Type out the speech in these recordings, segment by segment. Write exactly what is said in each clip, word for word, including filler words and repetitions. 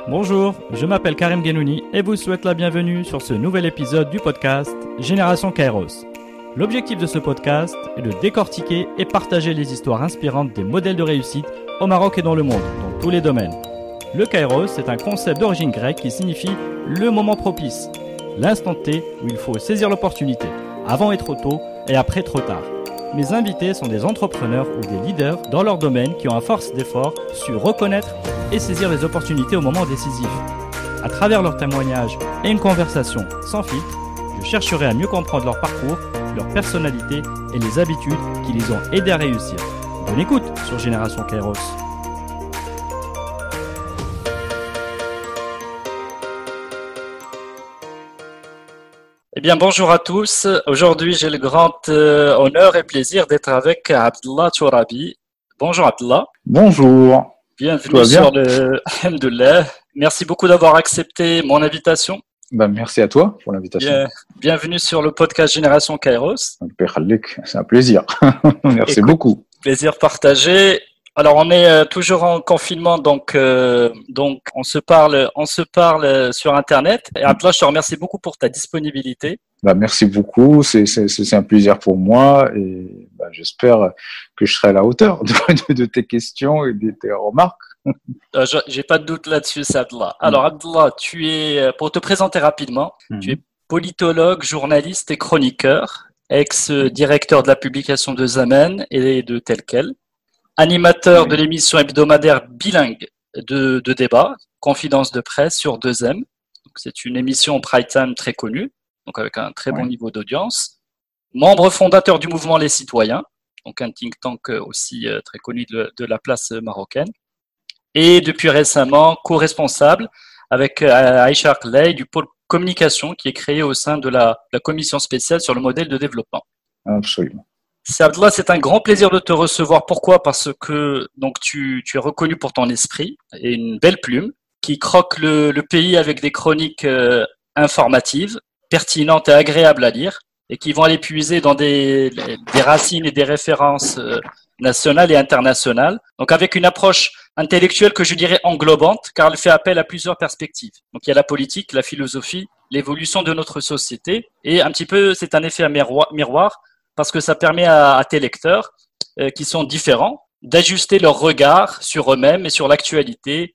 Bonjour, je m'appelle Karim Genouni et vous souhaite la bienvenue sur ce nouvel épisode du podcast Génération Kairos. L'objectif de ce podcast est de décortiquer et partager les histoires inspirantes des modèles de réussite au Maroc et dans le monde, dans tous les domaines. Le Kairos est un concept d'origine grecque qui signifie le moment propice, l'instant T où il faut saisir l'opportunité, avant et trop tôt et après trop tard. Mes invités sont des entrepreneurs ou des leaders dans leur domaine qui ont à force d'effort su reconnaître et saisir les opportunités au moment décisif. À travers leurs témoignages et une conversation sans filtre, je chercherai à mieux comprendre leur parcours, leur personnalité et les habitudes qui les ont aidés à réussir. Bonne écoute sur Génération Kairos. Eh bien, bonjour à tous. Aujourd'hui, j'ai le grand euh, honneur et plaisir d'être avec Abdallah Tourabi. Bonjour Abdallah. Bonjour. Bienvenue sur le Alhamdoulilah. Merci beaucoup d'avoir accepté mon invitation. Ben, merci à toi pour l'invitation. Bien, bienvenue sur le podcast Génération Kairos. C'est un plaisir. Merci Écoute, beaucoup. Plaisir partagé. Alors, on est euh, toujours en confinement, donc euh, donc on se parle, on se parle sur Internet. Et Abdallah, je te remercie beaucoup pour ta disponibilité. Bah, merci beaucoup, c'est c'est c'est un plaisir pour moi et bah, j'espère que je serai à la hauteur de, de, de tes questions et de tes remarques. Euh, j'ai pas de doute là-dessus, c'est Abdallah. Alors Abdallah, tu es, pour te présenter rapidement, mmh. tu es politologue, journaliste et chroniqueur, ex-directeur de la publication de Zaman et de Tel Quel. Animateur oui. de l'émission hebdomadaire bilingue de, de débat, Confidence de presse sur deux M. Donc, c'est une émission prime time très connue, donc avec un très oui. bon niveau d'audience. Membre fondateur du mouvement Les Citoyens, donc un think tank aussi euh, très connu de, de la place marocaine. Et depuis récemment, co-responsable avec euh, Aïcha Arkley du pôle communication qui est créé au sein de la, la commission spéciale sur le modèle de développement. Absolument. C'est Abdallah, c'est un grand plaisir de te recevoir. Pourquoi ? Parce que donc tu, tu es reconnu pour ton esprit et une belle plume qui croque le, le pays avec des chroniques euh, informatives, pertinentes et agréables à lire et qui vont aller puiser dans des, des racines et des références euh, nationales et internationales. Donc avec une approche intellectuelle que je dirais englobante car elle fait appel à plusieurs perspectives. Donc il y a la politique, la philosophie, l'évolution de notre société et un petit peu c'est un effet à miroir, miroir parce que ça permet à, à tes lecteurs, euh, qui sont différents, d'ajuster leur regard sur eux-mêmes et sur l'actualité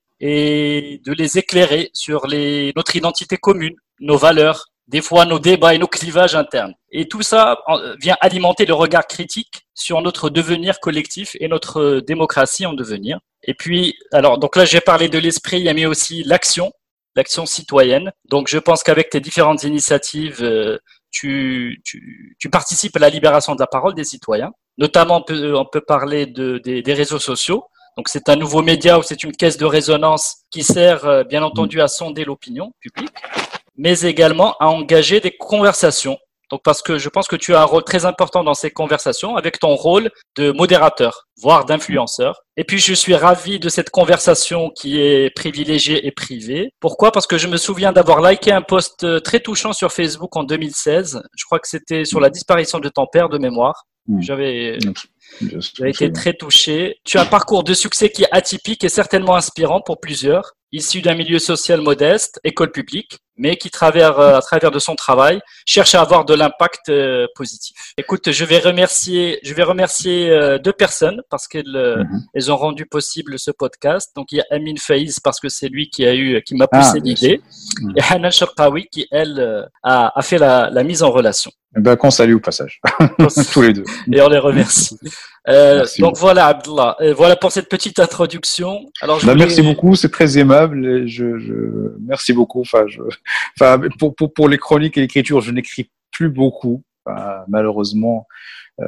et de les éclairer sur les, notre identité commune, nos valeurs, des fois nos débats et nos clivages internes. Et tout ça vient alimenter le regard critique sur notre devenir collectif et notre démocratie en devenir. Et puis, alors, donc là, j'ai parlé de l'esprit, mais aussi l'action, l'action citoyenne. Donc, je pense qu'avec tes différentes initiatives, euh, Tu, tu, tu participes à la libération de la parole des citoyens. Notamment, on peut, on peut parler de, des, des réseaux sociaux. Donc, c'est un nouveau média ou c'est une caisse de résonance qui sert, bien entendu, à sonder l'opinion publique, mais également à engager des conversations. Donc, parce que je pense que tu as un rôle très important dans ces conversations avec ton rôle de modérateur, voire d'influenceur. Et puis, je suis ravi de cette conversation qui est privilégiée et privée. Pourquoi ? Parce que je me souviens d'avoir liké un post très touchant sur Facebook en deux mille seize. Je crois que c'était sur la disparition de ton père de mémoire. J'avais, j'avais été très touché. Tu as un parcours de succès qui est atypique et certainement inspirant pour plusieurs, issu d'un milieu social modeste, école publique, mais qui, travers, à travers de son travail, cherche à avoir de l'impact euh, positif. Écoute, je vais remercier, je vais remercier euh, deux personnes parce qu'elles euh, mm-hmm. elles ont rendu possible ce podcast. Donc, il y a Amine Faiz parce que c'est lui qui a eu, qui m'a poussé ah, l'idée, mm-hmm. et Hanan Cherkaoui qui, elle, euh, a, a fait la, la mise en relation. Eh ben, qu'on salue au passage. Tous les deux. Et on les remercie. Euh, donc beaucoup. Voilà, Abdallah. Euh, voilà pour cette petite introduction. Alors, je bah, voulais... Merci beaucoup, c'est très aimable. Et je, je... Merci beaucoup. Enfin, je... enfin, pour, pour, pour les chroniques et l'écriture, je n'écris plus beaucoup. Enfin, malheureusement, euh,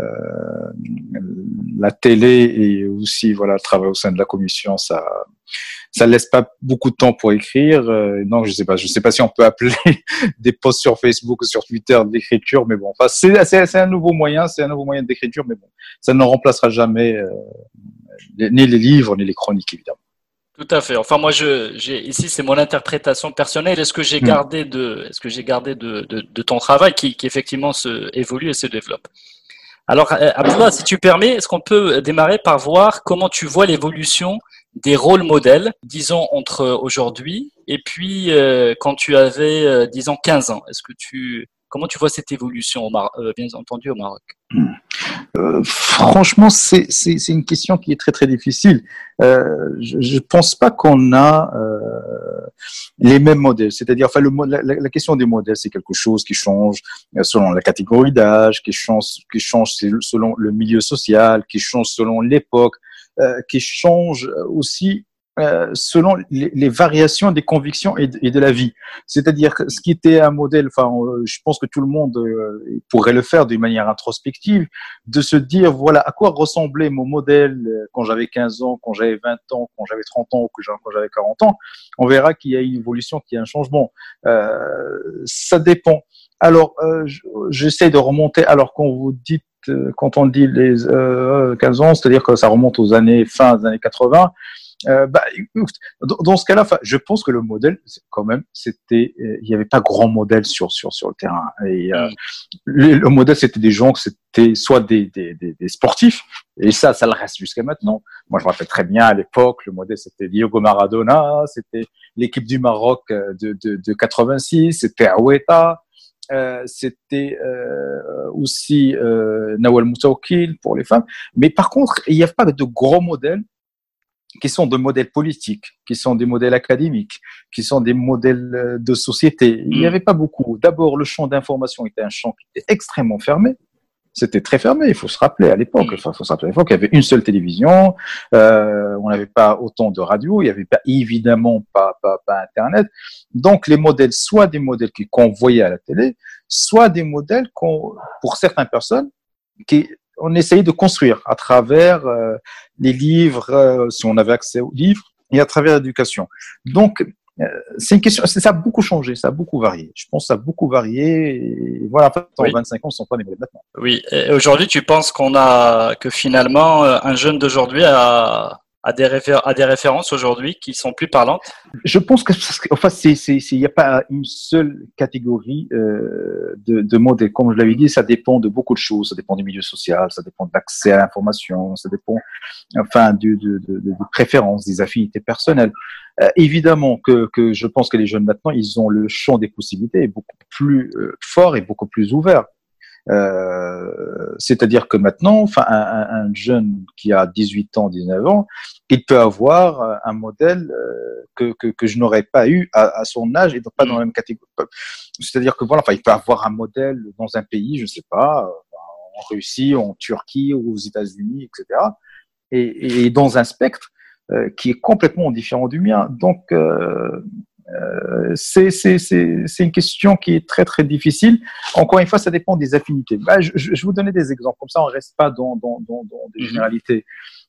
la télé et aussi voilà, le travail au sein de la commission, ça ça laisse pas beaucoup de temps pour écrire. Euh, donc, je sais pas, je sais pas si on peut appeler des posts sur Facebook ou sur Twitter d'écriture, mais bon, enfin, c'est, c'est, c'est un nouveau moyen, c'est un nouveau moyen d'écriture, mais bon, ça ne remplacera jamais euh, les, ni les livres, ni les chroniques, évidemment. Tout à fait. Enfin, moi, je, j'ai, ici, c'est mon interprétation personnelle. Est-ce que j'ai mmh. gardé de, est-ce que j'ai gardé de, de, de ton travail qui, qui effectivement se évolue et se développe? Alors, Abdallah, si tu permets, est-ce qu'on peut démarrer par voir comment tu vois l'évolution des rôles modèles, disons, entre aujourd'hui et puis euh, quand tu avais, euh, disons, quinze ans. Est-ce que tu, comment tu vois cette évolution, au Mar- euh, bien entendu, au Maroc? Euh, franchement, c'est, c'est, c'est une question qui est très très difficile. Euh, je, je pense pas qu'on a euh, les mêmes modèles. C'est-à-dire, enfin, le, la, la question des modèles, c'est quelque chose qui change selon la catégorie d'âge, qui change, qui change selon le milieu social, qui change selon l'époque, euh, qui change aussi euh, selon les, les variations des convictions et de, et de la vie. C'est-à-dire que ce qui était un modèle, enfin, euh, je pense que tout le monde euh, pourrait le faire d'une manière introspective, de se dire, voilà, à quoi ressemblait mon modèle quand j'avais quinze ans, quand j'avais vingt ans, quand j'avais trente ans ou quand j'avais quarante ans. On verra qu'il y a une évolution, qu'il y a un changement. Euh, ça dépend. Alors, euh, j'essaie de remonter, alors quand vous dites, quand on dit les euh, quinze ans, c'est-à-dire que ça remonte aux années, fin des années quatre-vingts. Euh, bah, dans, dans ce cas-là, je pense que le modèle, quand même, c'était, il n'y avait pas grand modèle sur sur sur le terrain. Et euh, le, le modèle, c'était des gens que c'était soit des, des des des sportifs, et ça, ça le reste jusqu'à maintenant. Moi, je me rappelle très bien à l'époque, le modèle, c'était Diego Maradona, c'était l'équipe du Maroc de de, de quatre-vingt-six, c'était Aoueta. Euh, c'était euh, aussi euh, Nawal Moutaoukil pour les femmes. Mais par contre, il n'y a pas de gros modèles qui sont des modèles politiques, qui sont des modèles académiques, qui sont des modèles de société. Il n'y avait pas beaucoup. D'abord, le champ d'information était un champ qui était extrêmement fermé. C'était très fermé, il faut se rappeler à l'époque. Enfin, il faut se rappeler à l'époque, il y avait une seule télévision, euh, on n'avait pas autant de radios, il n'y avait pas, évidemment pas, pas, pas Internet. Donc, les modèles, soit des modèles qu'on voyait à la télé, soit des modèles qu'on, pour certaines personnes, qui, on essayait de construire à travers euh, les livres, euh, si on avait accès aux livres, et à travers l'éducation. Donc, euh, c'est une question, ça a beaucoup changé, ça a beaucoup varié. Je pense que ça a beaucoup varié. Et voilà, en fait, en oui. vingt-cinq ans, ce ne sont pas les modèles maintenant. Oui, et aujourd'hui, tu penses qu'on a, que finalement, un jeune d'aujourd'hui a, a, des, réfé- a des références aujourd'hui qui sont plus parlantes? Je pense que, enfin, c'est, c'est, c'est, il n'y a pas une seule catégorie euh, de, de modèles. Comme je l'avais dit, ça dépend de beaucoup de choses. Ça dépend du milieu social, ça dépend de l'accès à l'information, ça dépend, enfin, du, de, de, de, de préférences, des affinités personnelles. Euh, évidemment que, que je pense que les jeunes maintenant, ils ont le champ des possibilités beaucoup plus euh, fort et beaucoup plus ouvert. Euh, c'est-à-dire que maintenant, enfin, un, un jeune qui a dix-huit ans, dix-neuf ans, il peut avoir un modèle euh, que, que, que je n'aurais pas eu à, à son âge et donc pas dans la même catégorie. C'est-à-dire que voilà, enfin, il peut avoir un modèle dans un pays, je ne sais pas, en Russie, en Turquie, ou aux États-Unis, et cetera. Et, et dans un spectre euh, qui est complètement différent du mien. Donc, euh, Euh, c'est, c'est, c'est, c'est une question qui est très très difficile. Encore une fois, ça dépend des affinités. Bah, je, je, je vais vous donner des exemples, comme ça on ne reste pas dans, dans, dans, dans des généralités.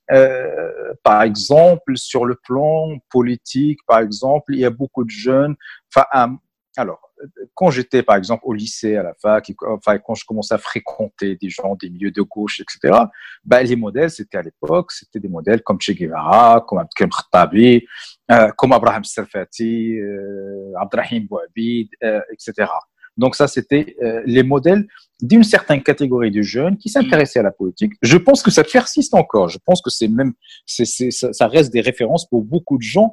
Euh, par exemple, sur le plan politique, par exemple, il y a beaucoup de jeunes. Enfin, um, alors, quand j'étais par exemple au lycée, à la fac, enfin quand je commençais à fréquenter des gens des milieux de gauche, et cetera. Bah, les modèles, c'était à l'époque, c'était des modèles comme Che Guevara, comme Abdelkrim Khattabi, euh, comme Abraham Serfati, euh, Abdrahim Bouabid, euh, et cetera. Donc ça, c'était euh, les modèles d'une certaine catégorie de jeunes qui s'intéressaient à la politique. Je pense que ça persiste encore. Je pense que c'est même, c'est, c'est, ça, ça reste des références pour beaucoup de gens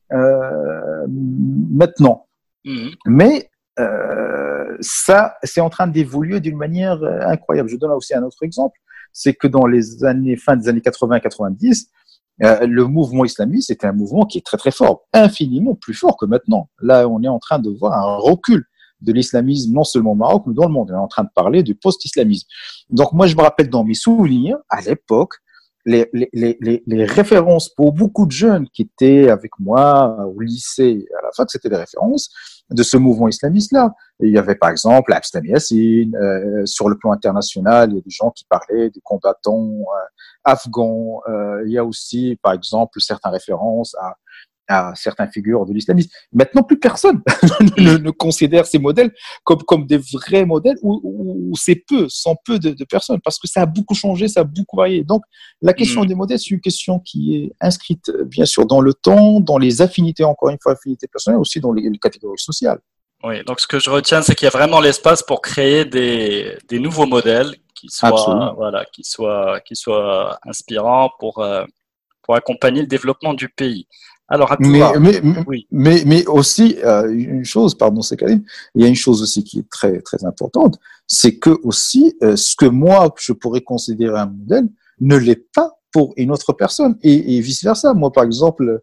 euh, maintenant. Mmh. Mais euh, ça, c'est en train d'évoluer d'une manière euh, incroyable. Je donne aussi un autre exemple, c'est que dans les années fin des années quatre-vingts quatre-vingt-dix, euh, le mouvement islamiste était un mouvement qui est très très fort, infiniment plus fort que maintenant. Là, on est en train de voir un recul de l'islamisme, non seulement au Maroc, mais dans le monde. On est en train de parler du post-islamisme. Donc moi, je me rappelle dans mes souvenirs, à l'époque, les, les, les, les références pour beaucoup de jeunes qui étaient avec moi au lycée, à la fac, c'était des références de ce mouvement islamiste-là. Et il y avait par exemple Abdeslam Yassine, euh, sur le plan international, il y a des gens qui parlaient des combattants euh, afghans. Euh, il y a aussi, par exemple, certaines références à à certaines figures de l'islamisme. Maintenant, plus personne ne, ne considère ces modèles comme, comme des vrais modèles, ou, ou, ou c'est peu, sans peu de, de personnes, parce que ça a beaucoup changé, ça a beaucoup varié. Donc, la question mmh. des modèles, c'est une question qui est inscrite, bien sûr, dans le temps, dans les affinités, encore une fois, affinités personnelles, aussi dans les, les catégories sociales. Oui, donc ce que je retiens, c'est qu'il y a vraiment l'espace pour créer des, des nouveaux modèles qui soient, voilà, qui soient, qui soient inspirants pour... Euh pour accompagner le développement du pays. Alors, Mais, Abdullah, mais, mais, oui. mais, mais aussi, euh, une chose, pardon, c'est Karim, il y a une chose aussi qui est très, très importante, c'est que aussi, euh, ce que moi, je pourrais considérer un modèle, ne l'est pas pour une autre personne, et, et vice versa. Moi, par exemple,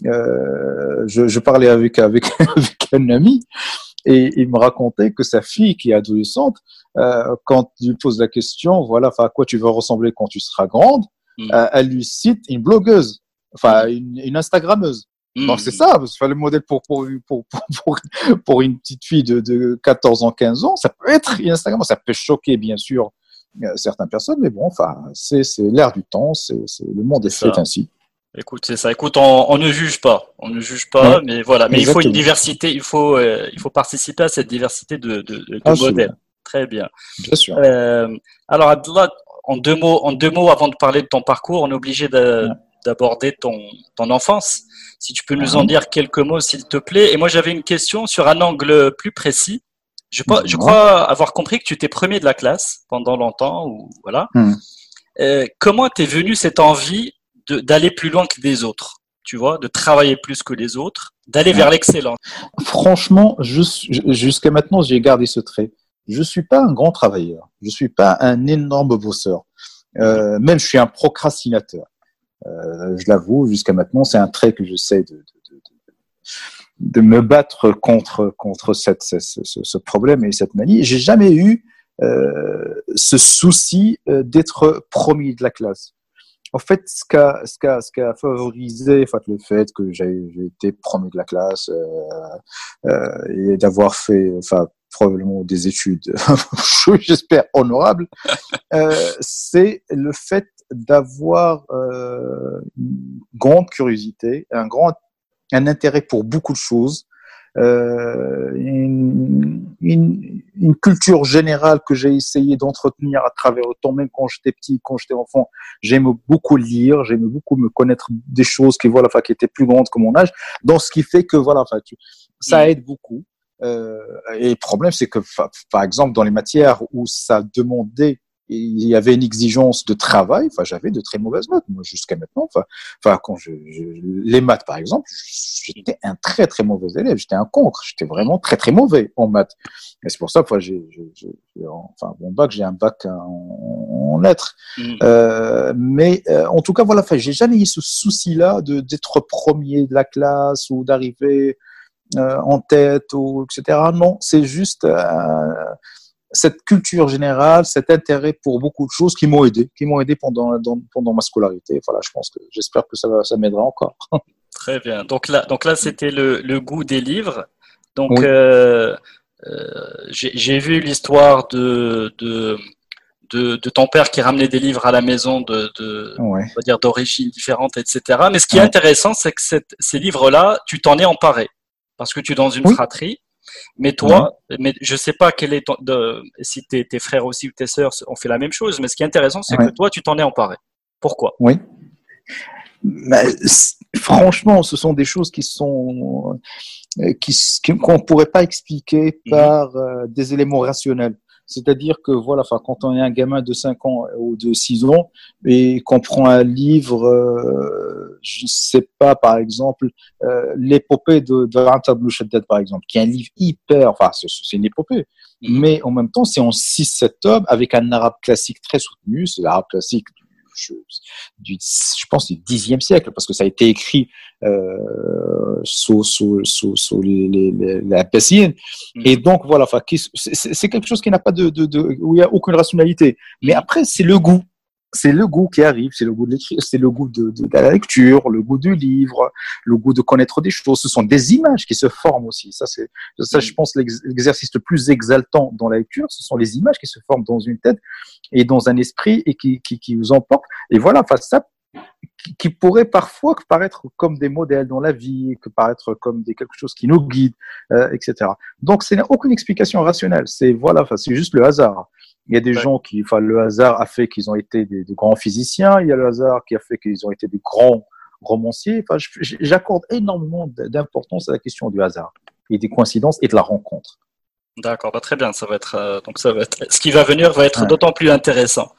euh, je, je parlais avec, avec, avec un ami, et il me racontait que sa fille, qui est adolescente, euh, quand tu lui poses la question, voilà, enfin, à quoi tu vas ressembler quand tu seras grande, Mm. euh, elle lui cite une blogueuse, enfin, Mm. une, une Instagrammeuse. Donc, Mm. c'est ça, parce que le modèle pour, pour, pour, pour, pour une petite fille de, de quatorze ans, quinze ans, ça peut être une Instagram, ça peut choquer, bien sûr, euh, certaines personnes, mais bon, enfin, c'est, c'est l'air du temps, c'est, c'est, le monde est C'est fait ça. ainsi. Écoute, c'est ça. Écoute, on, on ne juge pas, on ne juge pas, Ouais, mais voilà. Mais il faut une exactement. diversité, il faut, euh, il faut participer à cette diversité de, de, de, de modèles. Absolument. Très bien. Bien sûr. Euh, alors, Abdullah, en deux mots, en deux mots, avant de parler de ton parcours, on est obligé de, Ouais. d'aborder ton, ton enfance. Si tu peux nous en Ouais. dire quelques mots, s'il te plaît. Et moi, j'avais une question sur un angle plus précis. Je, je Dis-moi. crois avoir compris que tu étais premier de la classe pendant longtemps, ou voilà. Hmm. Euh, comment t'es venue cette envie de, d'aller plus loin que des autres, tu vois, de travailler plus que les autres, d'aller Ouais. vers l'excellence? Franchement, jus- jusqu'à maintenant, j'ai gardé ce trait. Je suis pas un grand travailleur. Je suis pas un énorme bosseur. Euh, même je suis un procrastinateur. Euh, je l'avoue, jusqu'à maintenant, c'est un trait que j'essaie de, de, de, de, de me battre contre contre cette, ce, ce, ce problème et cette manie. J'ai jamais eu euh, ce souci euh, d'être premier de la classe. En fait, ce qui a, ce qui a, ce qui a favorisé en fait, le fait que j'ai, j'ai été premier de la classe euh, euh, et d'avoir fait, enfin, probablement des études, j'espère, honorables, euh, c'est le fait d'avoir euh, une grande curiosité, un grand un intérêt pour beaucoup de choses, euh, une, une, une culture générale que j'ai essayé d'entretenir à travers le temps, même quand j'étais petit, quand j'étais enfant. J'aimais beaucoup lire, j'aimais beaucoup me connaître des choses qui, voilà, enfin, qui étaient plus grandes que mon âge. Donc, ce qui fait que, voilà, enfin, tu, ça aide beaucoup. Euh, et le problème, c'est que, par exemple, dans les matières où ça demandait, il y avait une exigence de travail, enfin, j'avais de très mauvaises notes, moi, jusqu'à maintenant. Enfin, enfin quand je, je, les maths, par exemple, j'étais un très, très mauvais élève. J'étais un cancre. J'étais vraiment très, très mauvais en maths. Et c'est pour ça, enfin, j'ai, j'ai, j'ai enfin, mon bac, j'ai un bac en, en lettres. Mmh. Euh, mais, euh, en tout cas, voilà, enfin, j'ai jamais eu ce souci-là de, d'être premier de la classe ou d'arriver, euh, en tête ou, et cetera. Non, c'est juste, euh, cette culture générale, cet intérêt pour beaucoup de choses qui m'ont aidé, qui m'ont aidé pendant, dans, pendant ma scolarité. Voilà, je pense que j'espère que ça, va, ça m'aidera encore. Très bien. Donc là, donc là, c'était le, le goût des livres. Donc, oui. euh, euh, j'ai, j'ai vu l'histoire de, de, de, de ton père qui ramenait des livres à la maison de, de ouais. on va dire d'origines différentes, et cetera. Mais ce qui est ouais. intéressant, c'est que cette, ces livres-là, tu t'en es emparé parce que tu es dans une oui. fratrie. Mais toi, ouais. mais je sais pas quel est ton, de, si tes, tes frères aussi ou tes sœurs ont fait la même chose, mais ce qui est intéressant, c'est ouais. que toi, tu t'en es emparé. Pourquoi ? Oui. Mais, franchement, ce sont des choses qui sont qui, qu'on ne pourrait pas expliquer par mmh. euh, des éléments rationnels. C'est-à-dire que voilà, enfin, quand on est un gamin de cinq ans ou de six ans et qu'on prend un livre, euh, je ne sais pas, par exemple, euh, l'épopée de, de Anta Ibn Shaddad, par exemple, qui est un livre hyper, enfin, c'est, c'est une épopée, mmh. mais en même temps, c'est en six sept tomes avec un arabe classique très soutenu, c'est l'arabe classique du, du, je pense, du dixième siècle, parce que ça a été écrit euh, sous, sous, sous, sous les, les, les, la Abbassienne. Mmh. Et donc, voilà, enfin, c'est, c'est quelque chose qui n'a pas de, de, de, où il n'y a aucune rationalité. Mais mmh. après, c'est le goût. C'est le goût qui arrive, c'est le goût de l'écriture, c'est le goût de, de, de la lecture, le goût du livre, le goût de connaître des choses. Ce sont des images qui se forment aussi. Ça, c'est, ça, je pense, l'exercice le plus exaltant dans la lecture, ce sont les images qui se forment dans une tête et dans un esprit et qui, qui, qui vous emportent. Et voilà, enfin, ça, qui, qui pourrait parfois paraître comme des modèles dans la vie, que paraître comme des, quelque chose qui nous guide, euh, et cetera. Donc, c'est aucune explication rationnelle. C'est, voilà, enfin, c'est juste le hasard. Il y a des ouais. gens qui, enfin, le hasard a fait qu'ils ont été des, des grands physiciens. Il y a le hasard qui a fait qu'ils ont été des grands romanciers. Enfin, j'accorde énormément d'importance à la question du hasard et des coïncidences et de la rencontre. D'accord, bah très bien. Ça va être euh, donc ça va être. Ce qui va venir va être ouais. d'autant plus intéressant.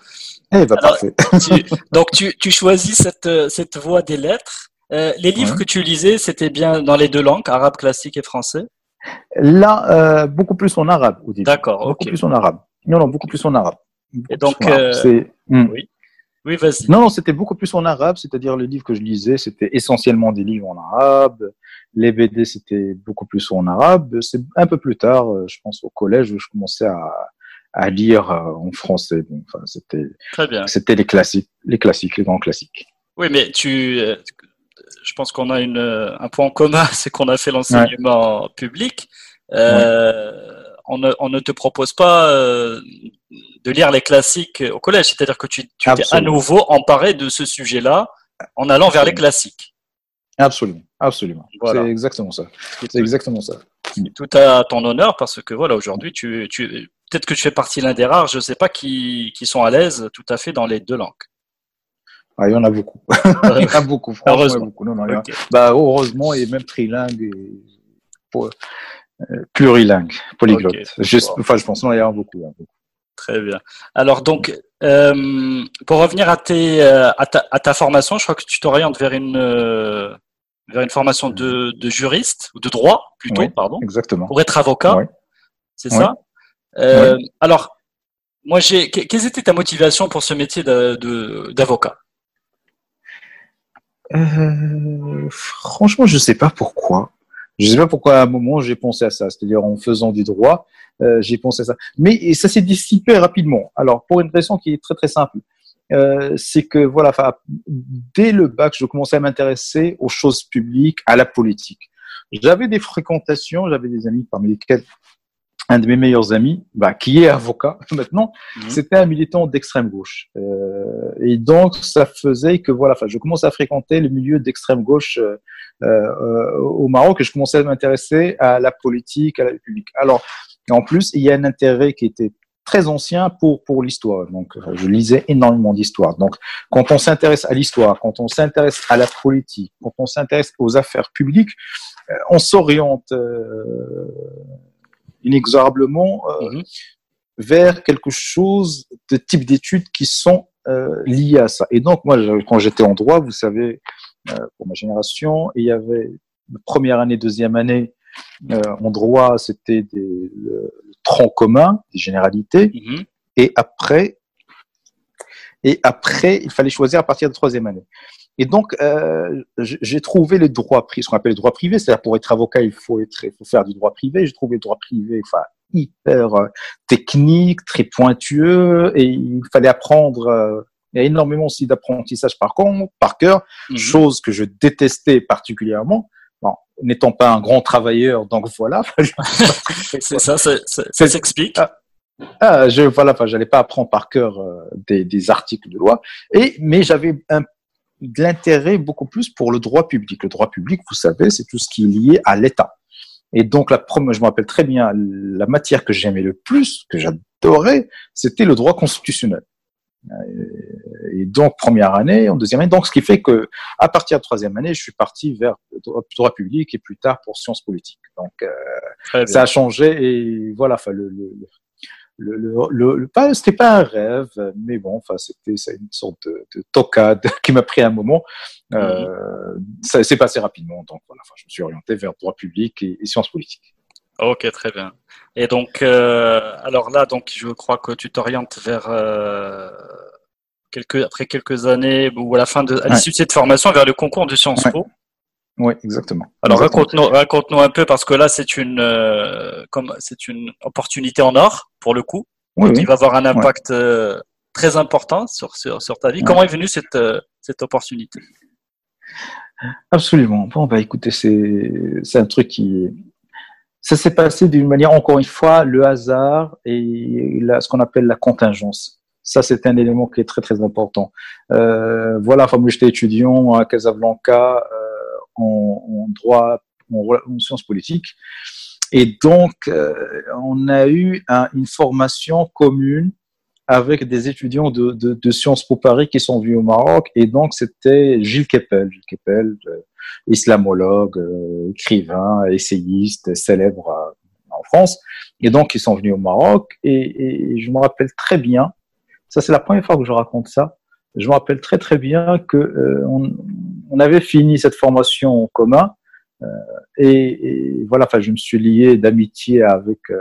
Eh ben, Alors, parfait. tu, donc tu, tu choisis cette, cette voie des lettres. Euh, les livres Ouais. que tu lisais, c'était bien dans les deux langues, arabe classique et français? Là, euh, beaucoup plus en arabe au début. D'accord, Beaucoup ok. plus en arabe. Non, non, beaucoup plus en arabe. Et Beaucoup plus en donc, arabe. euh, C'est, hmm. oui, oui, vas-y. Non, non, c'était beaucoup plus en arabe, c'est-à-dire les livres que je lisais, c'était essentiellement des livres en arabe. Les B D, c'était beaucoup plus en arabe. C'est un peu plus tard, euh, je pense au collège, où je commençais à, à lire euh, en français. Bon, enfin, c'était, Très bien. c'était les classiques, les classiques, les grands classiques. Oui, mais tu, euh, je pense qu'on a une, euh, un point en commun, c'est qu'on a fait Ouais, l'enseignement public. ouais, Euh, on ne, on ne te propose pas euh, de lire les classiques au collège, c'est-à-dire que tu, tu t'es à absolument, nouveau emparé de ce sujet-là en allant vers les absolument, classiques. absolument, absolument. C'est Voilà. exactement ça. Ce qui est C'est tout, exactement ça. ce qui est tout à ton honneur parce que voilà, aujourd'hui, tu, tu, peut-être que tu fais partie l'un des rares, je ne sais pas, qui, qui sont à l'aise tout à fait dans les deux langues. Ah, il y en a beaucoup. Il y en a beaucoup, franchement, il y a Heureusement. beaucoup. Non, non, il y a- Ok. bah, heureusement, et même trilingue et po- euh, plurilingue, Ok. polyglotte. Juste, Bon. enfin, je pense, non, il y en a beaucoup. Il y en a beaucoup. Très bien. Alors donc, euh, pour revenir à, tes, euh, à, ta, à ta formation, je crois que tu t'orientes vers une, euh, vers une formation Mhm. de, de juriste, ou de droit plutôt, Oui, pardon, exactement. pour être avocat, Oui, c'est oui, ça? oui. Euh, alors, moi, j'ai, que- quelle était ta motivation pour ce métier de, de- d'avocat? Euh, franchement, je sais pas pourquoi. Je sais pas pourquoi à un moment j'ai pensé à ça. C'est-à-dire en faisant du droit, euh, j'ai pensé à ça. Mais ça s'est dissipé rapidement. Alors pour une raison qui est très très simple, euh, c'est que voilà, enfin, dès le bac, je commençais à m'intéresser aux choses publiques, à la politique. J'avais des fréquentations, j'avais des amis parmi lesquels un de mes meilleurs amis, bah, qui est avocat maintenant, Mhm. c'était un militant d'extrême gauche. Euh, et donc, ça faisait que voilà, enfin, je commençais à fréquenter le milieu d'extrême gauche euh, euh, au Maroc et je commençais à m'intéresser à la politique, à la République. Alors, et en plus, il y a un intérêt qui était très ancien pour pour l'histoire. Donc, je lisais énormément d'histoire. Donc, quand on s'intéresse à l'histoire, quand on s'intéresse à la politique, quand on s'intéresse aux affaires publiques, euh, on s'oriente euh, inexorablement euh, Mhm. vers quelque chose de type d'études qui sont euh, liées à ça. Et donc, moi, quand j'étais en droit, vous savez, euh, pour ma génération, il y avait première année, deuxième année euh, en droit, c'était des le, le tronc commun, des généralités, Mhm. et après, et après, il fallait choisir à partir de troisième année. Et donc, euh, j'ai trouvé les droits privés, ce qu'on appelle les droits privés, c'est-à-dire pour être avocat, il faut, être, il faut faire du droit privé. J'ai trouvé le droit privé, enfin, hyper euh, technique, très pointueux, et il fallait apprendre. Euh, il y a énormément aussi d'apprentissage par contre, par cœur, Mhm. chose que je détestais particulièrement. Bon, n'étant pas un grand travailleur, donc voilà, je n'étais pas très très C'est quoi. ça, ça, ça, ça C'est, s'explique. ah, ah, je voilà, enfin, j'allais pas apprendre par cœur euh, des, des articles de loi, et mais j'avais un de l'intérêt beaucoup plus pour le droit public. Le droit public, vous savez, c'est tout ce qui est lié à l'État. Et donc, la première, je me rappelle très bien, la matière que j'aimais le plus, que j'adorais, c'était le droit constitutionnel. Et donc, première année, en deuxième année, donc ce qui fait que, à partir de troisième année, je suis parti vers le droit, droit public et plus tard pour sciences politiques. Donc, euh, Très ça bien. a changé et voilà, enfin, le, le, le, le, le, le pas, c'était pas un rêve, mais bon, enfin, c'était c'est une sorte de, de tocade qui m'a pris un moment. Mhm. Euh, ça s'est passé rapidement, donc voilà, enfin, je me suis orienté vers droit public et, et sciences politiques. Ok, très bien. Et donc, euh, alors là, donc, je crois que tu t'orientes vers euh, quelques, après quelques années ou à la fin de, à Ouais, l'issue de cette formation, vers le concours de Sciences ouais, Po. ouais, exactement, Alors exactement. raconte-nous, raconte-nous un peu parce que là, c'est une, euh, comme c'est une opportunité en or pour le coup, Oui, qui oui, va avoir un ouais, impact euh, très important sur, sur, sur ta vie. ouais, Comment est venue cette, euh, cette opportunité? absolument. Bon, bah, écoutez, c'est, c'est un truc qui, ça s'est passé d'une manière, encore une fois, le hasard et la, ce qu'on appelle la contingence. Ça, c'est un élément qui est très, très important. Euh, voilà, enfin, moi, j'étais étudiant à Casablanca euh, en, en droit, en, en sciences politiques. Et donc, euh, on a eu un, une formation commune avec des étudiants de, de, de Sciences Po Paris qui sont venus au Maroc. Et donc, c'était Gilles Kepel, Gilles Kepel, euh, islamologue, euh, écrivain, essayiste, célèbre euh, en France. Et donc, ils sont venus au Maroc. Et, et je me rappelle très bien Ça, c'est la première fois que je raconte ça. Je me rappelle très très bien que euh, on, on avait fini cette formation en commun euh, et, et voilà, enfin, je me suis lié d'amitié avec euh,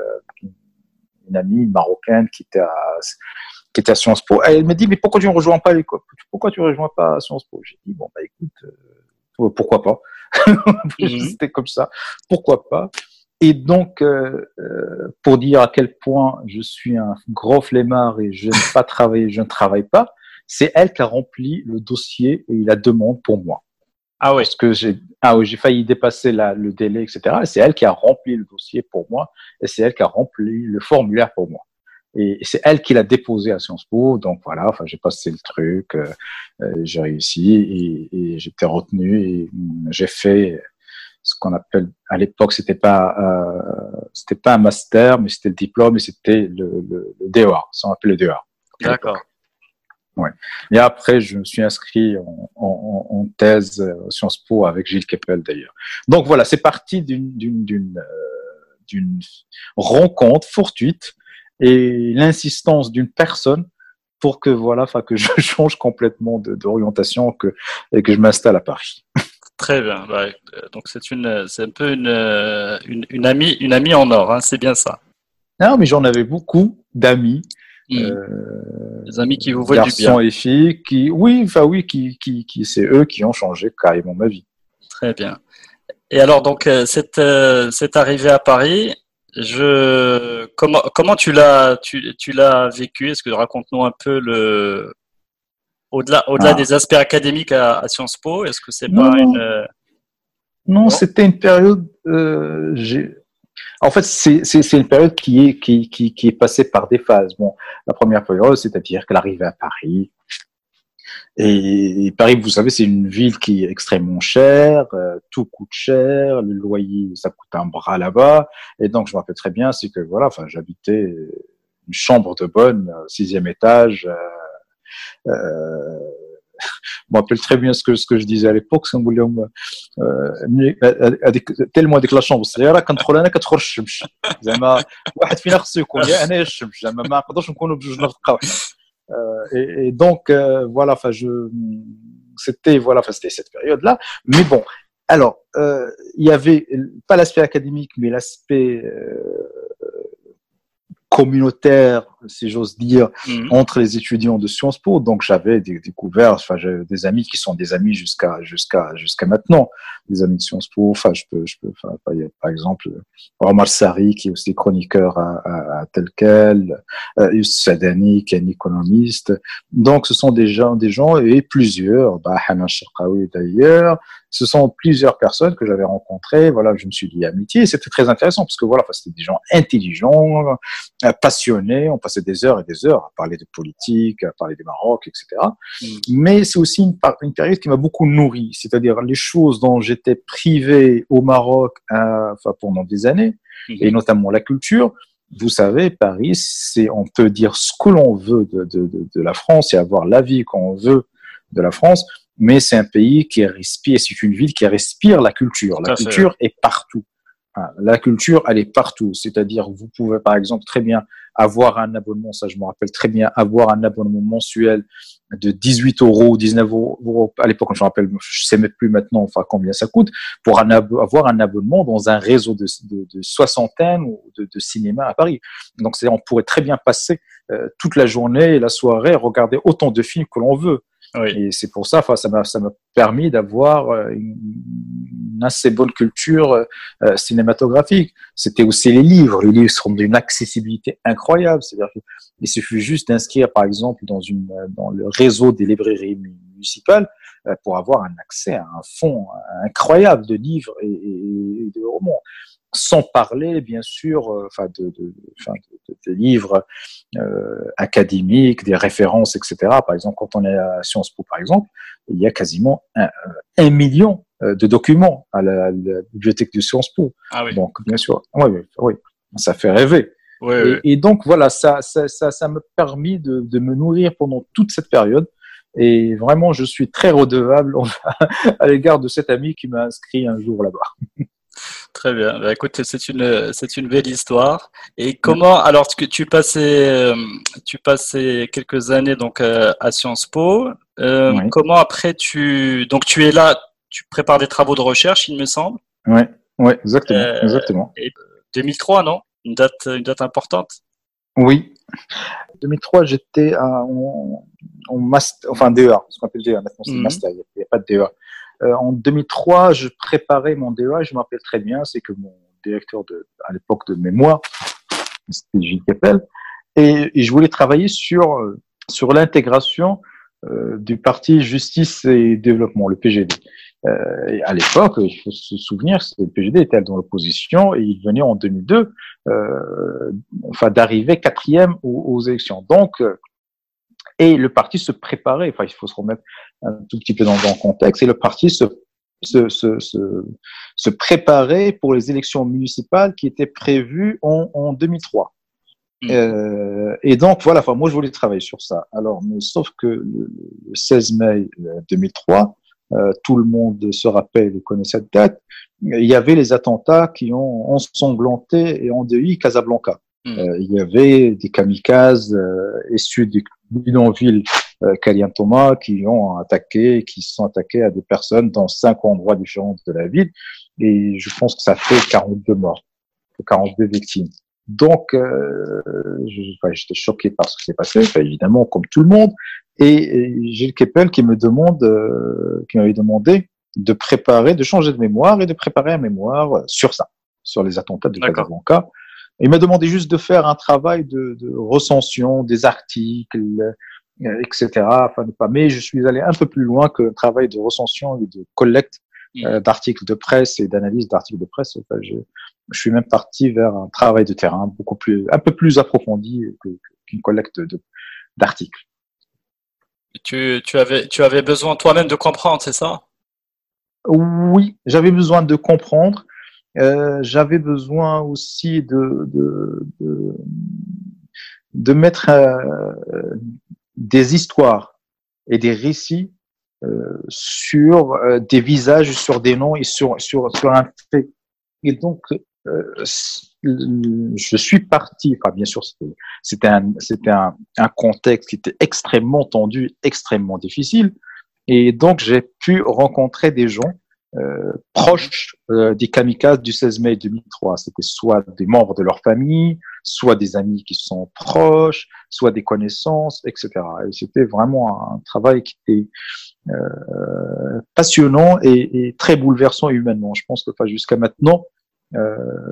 une amie une marocaine qui était à qui était à Sciences Po. Et elle me dit mais pourquoi tu ne rejoins pas l'école? Pourquoi tu ne rejoins pas Sciences Po? J'ai dit bon bah écoute euh, pourquoi pas. Mhm. C'était comme ça. Pourquoi pas? Et donc, euh, euh, pour dire à quel point je suis un gros flemmard et je n'aime pas travailler, je ne travaille pas, c'est elle qui a rempli le dossier et la demande pour moi. Ah oui, Parce que j'ai, ah oui, j'ai failli dépasser la, le délai, et cetera. Et c'est elle qui a rempli le dossier pour moi et c'est elle qui a rempli le formulaire pour moi. Et c'est elle qui l'a déposé à Sciences Po. Donc voilà, enfin, j'ai passé le truc, euh, euh, j'ai réussi et, et j'étais retenu et hum, j'ai fait ce qu'on appelle à l'époque c'était pas euh, c'était pas un master mais c'était le diplôme et c'était le, le, le D E A, ça on appelle le D E A à d'accord. l'époque. Ouais. Et après je me suis inscrit en, en, en thèse euh, Sciences Po avec Gilles Kepel d'ailleurs. Donc voilà, c'est parti d'une d'une d'une euh, d'une rencontre fortuite et l'insistance d'une personne pour que voilà, enfin que je change complètement de, d'orientation que et que je m'installe à Paris. Très bien. Bah, euh, donc c'est une, c'est un peu une, euh, une, une amie, une amie en or, hein, c'est bien ça. Non, mais j'en avais beaucoup d'amis, Mhm. euh, Des amis qui vous veulent du bien. garçons et filles, qui, oui, enfin oui, qui, qui, qui, c'est eux qui ont changé carrément ma vie. Très bien. Et alors donc euh, cette, euh, cette arrivée à Paris, je, comment, comment tu l'as, tu, tu l'as vécu? Est-ce que raconte-nous un peu le, au-delà, au-delà Ah. des aspects académiques à, à Sciences Po, est-ce que c'est Non, pas une, non, euh, non, non? c'était une période. Euh, j'ai... En fait, c'est, c'est, c'est une période qui est, qui, qui, qui est passée par des phases. Bon, la première période, c'est-à-dire que l'arrivée à Paris. Et, et Paris, vous savez, c'est une ville qui est extrêmement chère, euh, tout coûte cher, le loyer, ça coûte un bras là-bas. Et donc, je me rappelle très bien, c'est que voilà, enfin, j'habitais une chambre de bonne, euh, sixième étage. Euh, euh, je me rappelle très bien ce que ce que je disais à l'époque. C'est tellement هذيك لا شومبر صغيره كندخل انا كتخرج الشمس زعما واحد فينا خصو يكون يا انا يا الشمس زعما ما نقدرش نكونوا بجوج نغطقوا وحده. Et, et donc euh, voilà, enfin je c'était voilà, enfin c'était cette période là. Mais bon, alors euh, il y avait pas l'aspect académique, mais l'aspect euh, communautaire, si j'ose dire, Mhm. entre les étudiants de Sciences Po. Donc, j'avais des, découvert, enfin, j'avais des amis qui sont des amis jusqu'à, jusqu'à, jusqu'à maintenant, des amis de Sciences Po. Enfin, je peux, je peux, enfin, il y a, par exemple, Omar Sari, qui est aussi chroniqueur à, à, à tel quel, euh, Youssef Sadani, qui est un économiste. Donc, ce sont des gens, des gens, et plusieurs, bah, Hanan Sharqawi d'ailleurs, ce sont plusieurs personnes que j'avais rencontrées. Voilà, je me suis lié amitié. Et c'était très intéressant parce que voilà, enfin, c'était des gens intelligents, passionnés. On passait des heures et des heures à parler de politique, à parler du Maroc, et cetera. Mhm. Mais c'est aussi une, une période qui m'a beaucoup nourri. C'est-à-dire les choses dont j'étais privé au Maroc, euh, enfin, pendant des années, Mhm. et notamment la culture. Vous savez, Paris, c'est, on peut dire ce que l'on veut de, de, de, de la France et avoir l'avis qu'on veut de la France, mais c'est un pays qui respire, c'est une ville qui respire la culture. Tout La à fait. culture est partout. La culture, elle est partout. C'est-à-dire, vous pouvez, par exemple, très bien avoir un abonnement, ça je me rappelle très bien, avoir un abonnement mensuel de dix-huit euros, dix-neuf euros, à l'époque, je me rappelle, je sais même plus maintenant, enfin, combien ça coûte, pour un ab- avoir un abonnement dans un réseau de, de, de soixantaine de, de cinéma à Paris. Donc, c'est, on pourrait très bien passer euh, toute la journée et la soirée, regarder autant de films que l'on veut. Oui. Et c'est pour ça, enfin, ça m'a, ça m'a permis d'avoir une, une assez bonne culture euh, cinématographique. C'était aussi les livres. Les livres sont d'une accessibilité incroyable. C'est-à-dire qu'il suffit juste d'inscrire, par exemple, dans une, dans le réseau des librairies municipales euh, pour avoir un accès à un fonds incroyable de livres et, et, et de romans. Sans parler, bien sûr, euh, enfin, de, de, enfin, de, de, de livres euh, académiques, des références, et cetera. Par exemple, quand on est à Sciences Po, par exemple, il y a quasiment un, un million de documents à la, à la bibliothèque de Sciences Po. Ah oui. Donc, bien sûr, oui, oui, oui, ça fait rêver. Oui, et, oui. et donc, voilà, ça, ça, ça, ça m'a permis de, de me nourrir pendant toute cette période. Et vraiment, je suis très redevable à l'égard de cet ami qui m'a inscrit un jour là-bas. Très bien. Bah, écoute, c'est une, c'est une belle histoire. Et comment, alors que tu passais, euh, tu passais quelques années donc euh, à Sciences Po, euh, Oui, comment après tu, donc tu es là, tu prépares des travaux de recherche, il me semble. oui, oui, exactement, Euh, exactement. et deux mille trois, non? Une date, une date importante. Oui, deux mille trois, j'étais en, en master, enfin D E A, ce qu'on appelle D E A, maintenant c'est Mhm. master, il n'y a, a pas de D E A. Euh, en deux mille trois, je préparais mon D E A, je me rappelle très bien, c'est que mon directeur de, à l'époque de mémoire, c'était Gilles Kepel, et, et je voulais travailler sur, sur l'intégration euh, du parti Justice et Développement, le P G D. Euh, et à l'époque, il faut se souvenir, le P G D était dans l'opposition et il venait en deux mille deux, euh, enfin d'arriver quatrième aux, aux élections. Donc, euh, et le parti se préparait. Enfin, il faut se remettre un tout petit peu dans, dans le contexte. Et le parti se se, se, se, se préparait pour les élections municipales qui étaient prévues en, en deux mille trois. Mhm. Euh, et donc voilà, enfin moi je voulais travailler sur ça. Alors, mais sauf que le, le seize mai deux mille trois, euh, tout le monde se rappelle et connaît cette date. Il y avait les attentats qui ont ensanglanté et endeuillé Casablanca. Mhm. Euh, il y avait des kamikazes euh, issus du bidonville euh, Kalien Thomas qui ont attaqué, qui se sont attaqués à des personnes dans cinq endroits différents de la ville. Et je pense que ça fait quarante-deux morts, quarante-deux victimes. Donc, euh, je, enfin, j'étais choqué par ce qui s'est passé, enfin, évidemment, comme tout le monde. Et, et Gilles Kepel qui me demande, euh, qui m'avait demandé de préparer, de changer de mémoire et de préparer un mémoire sur ça, sur les attentats de D'accord. Casablanca. Il m'a demandé juste de faire un travail de, de recension des articles, euh, et cetera. Enfin, pas. Mais je suis allé un peu plus loin que le travail de recension et de collecte euh, Mhm. d'articles de presse et d'analyse d'articles de presse. Enfin, je, je suis même parti vers un travail de terrain beaucoup plus, un peu plus approfondi que, qu'une collecte de, d'articles. Tu, tu avais, tu avais besoin toi-même de comprendre, c'est ça? Oui, j'avais besoin de comprendre. Euh, j'avais besoin aussi de, de, de, de mettre euh, des histoires et des récits euh, sur euh, des visages, sur des noms et sur, sur, sur un fait. Et donc, euh, je suis parti, enfin bien sûr, c'était, c'était, un, c'était un, un contexte qui était extrêmement tendu, extrêmement difficile. Et donc, j'ai pu rencontrer des gens euh, proches euh, des kamikazes du seize mai deux mille trois. C'était soit des membres de leur famille, soit des amis qui sont proches, soit des connaissances, et cetera. Et c'était vraiment un travail qui était euh, passionnant et, et très bouleversant humainement. Je pense que enfin, jusqu'à maintenant, euh,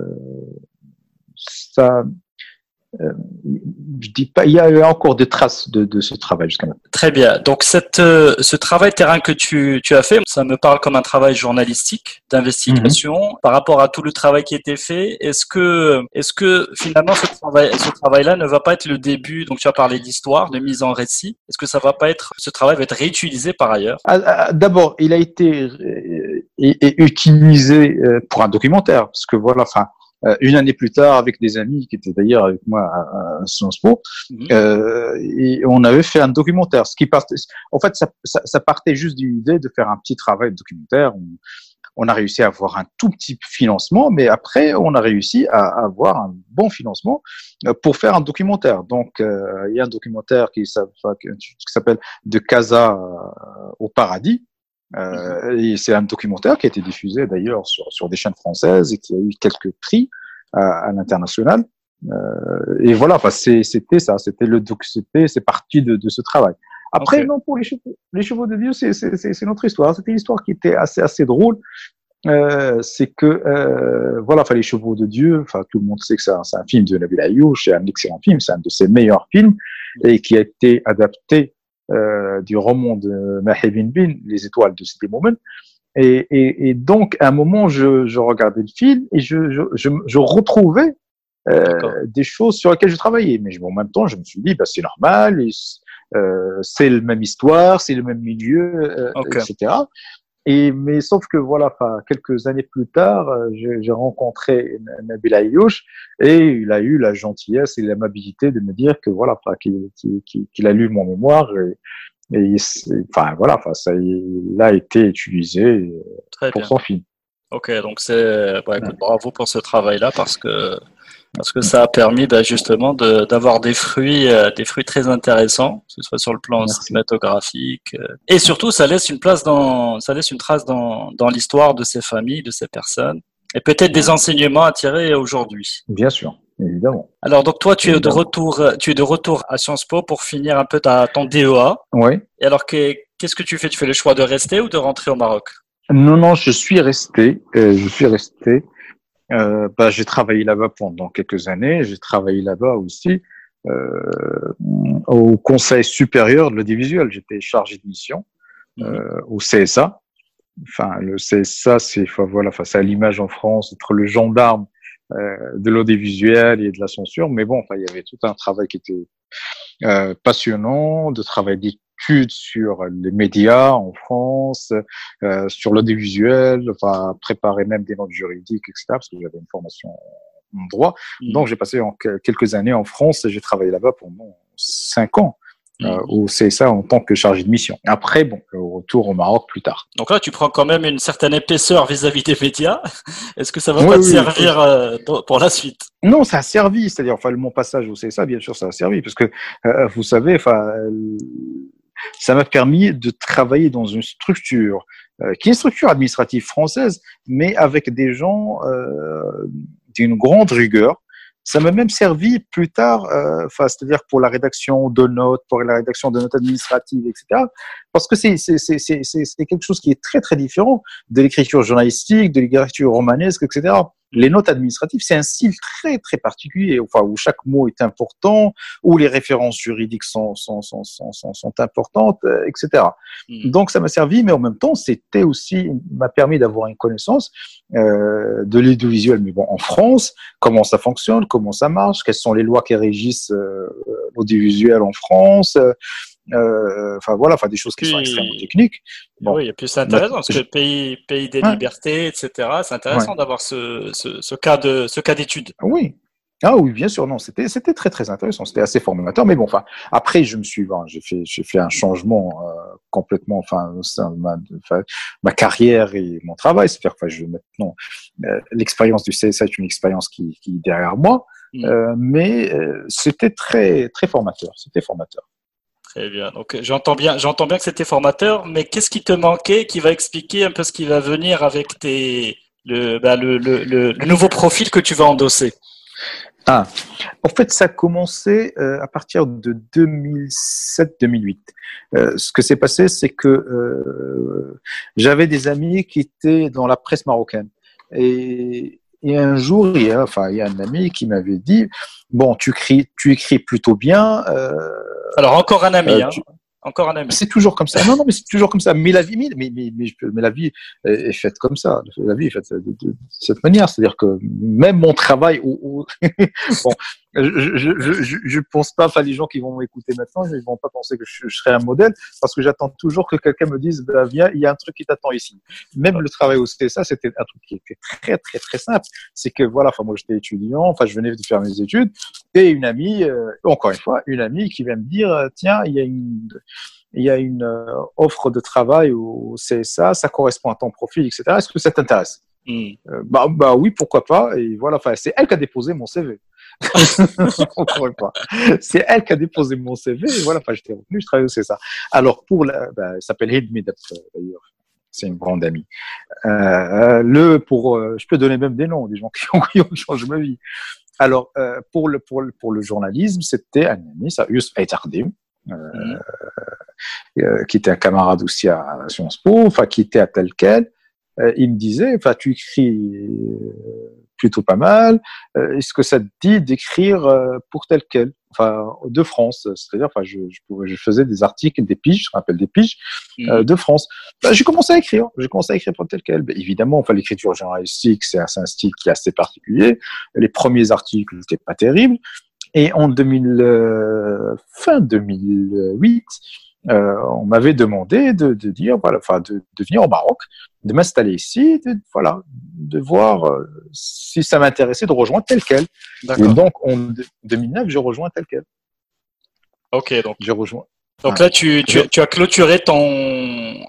ça, euh, je dis pas, il y a encore des traces de, de ce travail jusqu'à maintenant. Très bien. Donc, cette, euh, ce travail terrain que tu, tu as fait, ça me parle comme un travail journalistique, Mm-hmm. d'investigation, par rapport à tout le travail qui a été fait. Est-ce que, est-ce que finalement ce travail, ce travail-là ne va pas être le début? Donc, tu as parlé d'histoire, de mise en récit. Est-ce que ça va pas être, ce travail va être réutilisé par ailleurs? Ah, ah, d'abord, il a été euh, et, et utilisé euh, pour un documentaire, parce que voilà, enfin, euh, une année plus tard, avec des amis qui étaient d'ailleurs avec moi à, à Sciences Po, Mhm. euh, et on avait fait un documentaire. Ce qui partait, en fait, ça, ça, ça partait juste d'une idée de faire un petit travail de documentaire. On, on a réussi à avoir un tout petit financement, mais après, on a réussi à, à avoir un bon financement euh, pour faire un documentaire. Donc, euh, il y a un documentaire qui, qui s'appelle De Casa au paradis. Mhm. Euh, et c'est un documentaire qui a été diffusé d'ailleurs sur, sur des chaînes françaises et qui a eu quelques prix à, à l'international. Euh, et voilà, enfin, c'était ça, c'était le doc, c'était, c'est parti de, de ce travail. Après, Ok. non, pour les chevaux, les chevaux de Dieu, c'est, c'est, c'est, c'est notre histoire. C'était une histoire qui était assez, assez drôle. Euh, c'est que, euh, voilà, enfin, les chevaux de Dieu, enfin, tout le monde sait que c'est un, c'est un film de Nabil Ayouch, c'est un excellent film, c'est un de ses meilleurs films et qui a été adapté euh, du roman de Mahi Bin Bin, Les étoiles de Sidi Moumen. Et, et, et donc, à un moment, je, je regardais le film et je, je, je, je retrouvais D'accord. euh, des choses sur lesquelles je travaillais. Mais en même temps, je me suis dit, bah, c'est normal, et, euh, c'est la même histoire, c'est le même milieu, euh, Ok. et cetera. Et mais sauf que voilà, enfin, quelques années plus tard, euh, j'ai, j'ai rencontré Nabil Ayouch et il a eu la gentillesse et l'amabilité de me dire que voilà, enfin, qu'il, qu'il, qu'il a lu mon mémoire et, et enfin voilà, enfin, ça il a été utilisé Très pour bien. son film. Ok, donc c'est, bah, écoute, bravo pour ce travail-là parce que parce que ça a permis bah, justement de, d'avoir des fruits, euh, des fruits très intéressants, que ce soit sur le plan Merci. cinématographique, euh, et surtout ça laisse une place dans, ça laisse une trace dans dans l'histoire de ces familles, de ces personnes, et peut-être des enseignements à tirer aujourd'hui. Bien sûr, évidemment. Alors donc toi tu es de Évidemment. retour, tu es de retour à Sciences Po pour finir un peu ta ton D E A. Oui. Et alors que- qu'est-ce que tu fais? Tu fais le choix de rester ou de rentrer au Maroc? Non, non, je suis resté. Euh, je suis resté. Euh, bah, j'ai travaillé là-bas pendant quelques années. J'ai travaillé là-bas aussi euh, au Conseil supérieur de l'audiovisuel. J'étais chargé de mission Mhm. euh, au C S A. Enfin, le C S A, c'est, enfin, voilà, enfin, c'est à l'image en France, être le gendarme euh, de l'audiovisuel et de la censure. Mais bon, enfin, il y avait tout un travail qui était euh, passionnant, de travail d'études sur les médias en France, euh, sur l'audiovisuel, enfin, préparer même des notes juridiques, et cetera, parce que j'avais une formation en droit. Donc, Mhm. j'ai passé en quelques années en France et j'ai travaillé là-bas pendant cinq ans. Euh, Mhm. au C S A en tant que chargé de mission. Après, bon, au retour au Maroc plus tard. Donc là, tu prends quand même une certaine épaisseur vis-à-vis des médias. Est-ce que ça va Oui, pas te oui, oui. servir euh, dans- pour la suite? Non, ça a servi, c'est-à-dire, enfin, mon passage au C S A, bien sûr, ça a servi, parce que euh, vous savez, enfin, euh, ça m'a permis de travailler dans une structure euh, qui est une structure administrative française, mais avec des gens euh, d'une grande rigueur. Ça m'a même servi plus tard, euh, enfin, c'est-à-dire pour la rédaction de notes, pour la rédaction de notes administratives, et cetera. Parce que c'est c'est c'est c'est c'est quelque chose qui est très très différent de l'écriture journalistique, de l'écriture romanesque, et cetera. Les notes administratives, c'est un style très très particulier, enfin où chaque mot est important, où les références juridiques sont sont sont sont sont, sont importantes, euh, et cetera. Mhm. Donc ça m'a servi, mais en même temps, c'était aussi m'a permis d'avoir une connaissance euh, de l'audiovisuel, mais bon, en France, comment ça fonctionne, comment ça marche, quelles sont les lois qui régissent euh, l'audiovisuel en France. Euh, enfin voilà, enfin des choses qui sont extrêmement Puis, techniques. Bon, oui, et puis c'est ma- intéressant parce que je- pays, pays des ouais, libertés, et cetera. C'est ouais, intéressant d'avoir ce, ce, ce cas de, ce cas d'étude. oui. Ah oui, bien sûr, non, c'était c'était très très intéressant, c'était assez formateur, mais bon, enfin après je me suis, bon, j'ai fait j'ai fait un changement euh, complètement, enfin au sein de ma, de, enfin, ma carrière et mon travail, c'est-à-dire que enfin, je maintenant euh, l'expérience du C S A est une expérience qui qui est derrière moi, Mhm. euh, mais euh, c'était très très formateur, c'était formateur. Très bien. Donc j'entends bien, j'entends bien que c'était formateur, mais qu'est-ce qui te manquait qui va expliquer un peu ce qui va venir avec tes, le, bah, le, le, le, le nouveau profil que tu vas endosser? Ah, en fait, ça a commencé euh, à partir de deux mille sept deux mille huit. Euh, ce que s'est passé, c'est que euh, j'avais des amis qui étaient dans la presse marocaine. Et, et un jour, il y a, enfin, il y a un ami qui m'avait dit, bon, tu écris, tu écris plutôt bien. Euh, Alors encore un ami, euh, hein. tu, Encore un ami. c'est toujours comme ça. Non, non, mais c'est toujours comme ça. Mais la vie, mais, mais, mais, mais, mais la vie est faite comme ça. La vie est faite de, de, de cette manière. C'est-à-dire que même mon travail, ou, ou bon, je, je, je, je, je pense pas, enfin, les gens qui vont m'écouter maintenant, ils vont pas penser que je, je serai un modèle, parce que j'attends toujours que quelqu'un me dise, bah, viens, il y a un truc qui t'attend ici. Même le travail au C S A, c'était un truc qui était très, très, très simple. C'est que voilà, enfin, moi, j'étais étudiant, enfin, je venais de faire mes études, et une amie, euh, encore une fois, une amie qui vient me dire, tiens, il y a une, il y a une euh, offre de travail au C S A, ça correspond à ton profil, et cetera. Est-ce que ça t'intéresse? Hmm. euh, bah, bah oui, pourquoi pas. Et voilà, enfin, c'est elle qui a déposé mon C V. Encore une fois, c'est elle qui a déposé mon C V. Et voilà, enfin, j'étais retenu, je travaille au C S A. Alors pour la, bah, elle s'appelle Hind Medap, d'ailleurs. C'est une grande amie. Euh, le pour, euh, je peux donner même des noms, des gens qui ont, qui ont changé ma vie. Alors euh, pour le pour le pour le journalisme, c'était un ami, ça, Youssef Aitardim. Euh, Hmm. euh, qui était un camarade aussi à, à Sciences Po, enfin qui était à tel quel, euh, il me disait, enfin tu écris plutôt pas mal, euh, est-ce que ça te dit d'écrire euh, pour tel quel, enfin de France, c'est-à-dire, enfin je, je, pouvais, je faisais des articles, des piges, je rappelle des piges Hmm. euh, de France. Ben, j'ai commencé à écrire, j'ai commencé à écrire pour tel quel. Ben, évidemment, enfin l'écriture journalistique, c'est un, un style qui est assez particulier. Les premiers articles n'étaient pas terribles. Et en deux mille, euh, fin deux mille huit, euh, on m'avait demandé de, de dire, voilà, enfin, de, de venir au Maroc, de m'installer ici, de, voilà, de voir euh, si ça m'intéressait de rejoindre tel quel. Et D'accord. donc, en deux mille neuf, je rejoins tel quel. Ok, donc Je rejoins. donc Ouais. là tu, Je, tu tu as clôturé ton,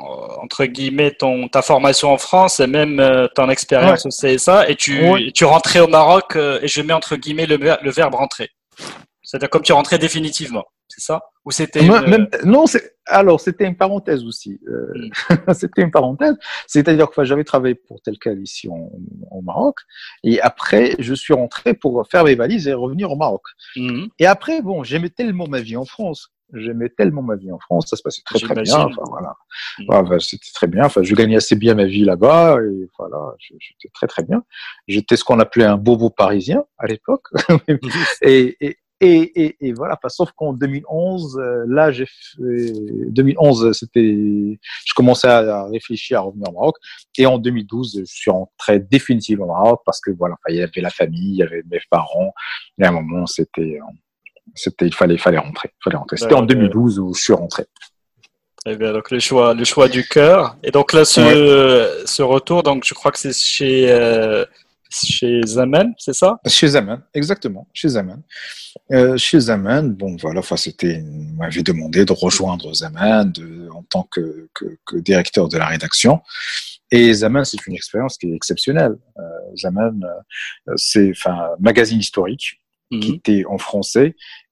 entre guillemets ton ta formation en France et même euh, ton expérience Ouais. au C S A et tu Ouais. tu rentrais au Maroc euh, et je mets entre guillemets le, ver- le verbe rentrer. C'est-à-dire comme tu rentrais définitivement, c'est ça? Ou c'était une Même- même- non, c'est, alors c'était une parenthèse aussi. Euh, Hmm. c'était une parenthèse. C'est-à-dire que enfin, j'avais travaillé pour Telcal ici en, au Maroc, et après je suis rentré pour faire mes valises et revenir au Maroc. Mhm. Et après, bon, j'aimais tellement ma vie en France. J'aimais tellement ma vie en France, ça se passait très très bien. J'imagine. Enfin voilà, Mhm. voilà, bah, c'était très bien. Enfin, je gagnais assez bien ma vie là-bas et voilà, je- j'étais très très bien. J'étais ce qu'on appelait un bobo parisien à l'époque. et, et, et, et, et voilà. Enfin, sauf qu'en deux mille onze, euh, là, j'ai fait, deux mille onze, c'était, je commençais à, à réfléchir à revenir au Maroc. Et en deux mille douze, je suis rentré définitivement au Maroc parce que voilà, enfin, il y avait la famille, il y avait mes parents. Et à un moment, c'était c'était, il fallait, il fallait rentrer, il fallait rentrer. C'était en Ben, le- deux mille douze où je suis rentré. eh bien, donc le choix, le choix du cœur. Et donc là, Ouais. ce, ce retour, donc je crois que c'est chez, euh, chez Zaman, c'est ça? Chez Zaman, exactement, chez Zaman. Euh, chez Zaman, bon voilà, enfin c'était, on m'avait demandé de rejoindre Zaman de, en tant que, que, que directeur de la rédaction. Et Zaman, c'est une expérience qui est exceptionnelle. Euh, Zaman, euh, c'est enfin magazine historique qui Mhm. était en français.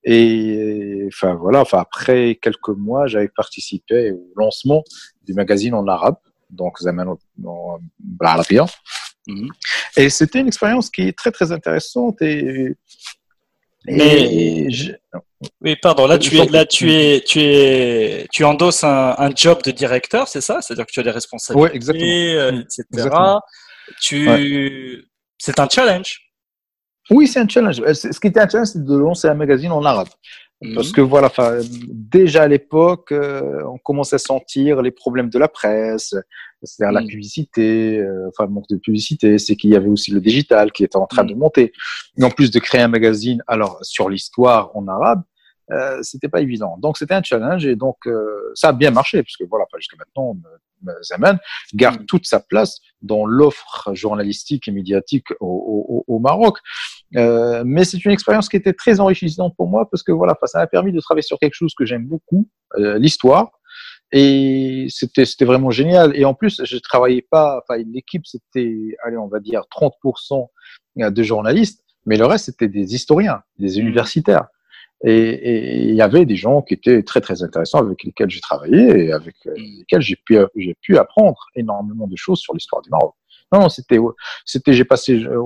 Et enfin voilà, enfin après quelques mois, j'avais participé au lancement du magazine en arabe, donc Zaman en بالعربية. Mhm. Et c'était une expérience qui est très très intéressante et Mais et je, oui, pardon. Là, tu j'en es, là, prie. tu es, tu es, tu endosses un, un job de directeur, c'est ça? C'est-à-dire que tu as des Ouais, exactement. responsabilités, euh, Mm, exactement. et cetera. Ouais. Tu, c'est un challenge. Oui, c'est un challenge. Euh, c'est- Ce qui était un challenge, c'est de lancer un magazine en arabe. Parce Mhm. que voilà, enfin, déjà à l'époque, euh, on commençait à sentir les problèmes de la presse, c'est-à-dire la Mhm. publicité, euh, enfin, le manque de publicité, c'est qu'il y avait aussi le digital qui était en train de Mhm. monter. Et en plus de créer un magazine, alors, sur l'histoire en arabe, euh, c'était pas évident. Donc, c'était un challenge et donc, euh, ça a bien marché, parce que voilà, enfin, jusqu'à maintenant, euh, Zaman garde Mhm. toute sa place dans l'offre journalistique et médiatique au, au, au Maroc. Euh, mais c'est une expérience qui était très enrichissante pour moi parce que voilà, ça m'a permis de travailler sur quelque chose que j'aime beaucoup, euh, l'histoire. Et c'était c'était vraiment génial. Et en plus, je travaillais pas, enfin l'équipe c'était, allez, on va dire trente pour cent de journalistes, mais le reste c'était des historiens, des Mhm. universitaires. Et, et il y avait des gens qui étaient très très intéressants avec lesquels j'ai travaillé et avec euh, Mhm. lesquels j'ai pu j'ai pu apprendre énormément de choses sur l'histoire du Maroc. Non, non, c'était c'était j'ai passé euh,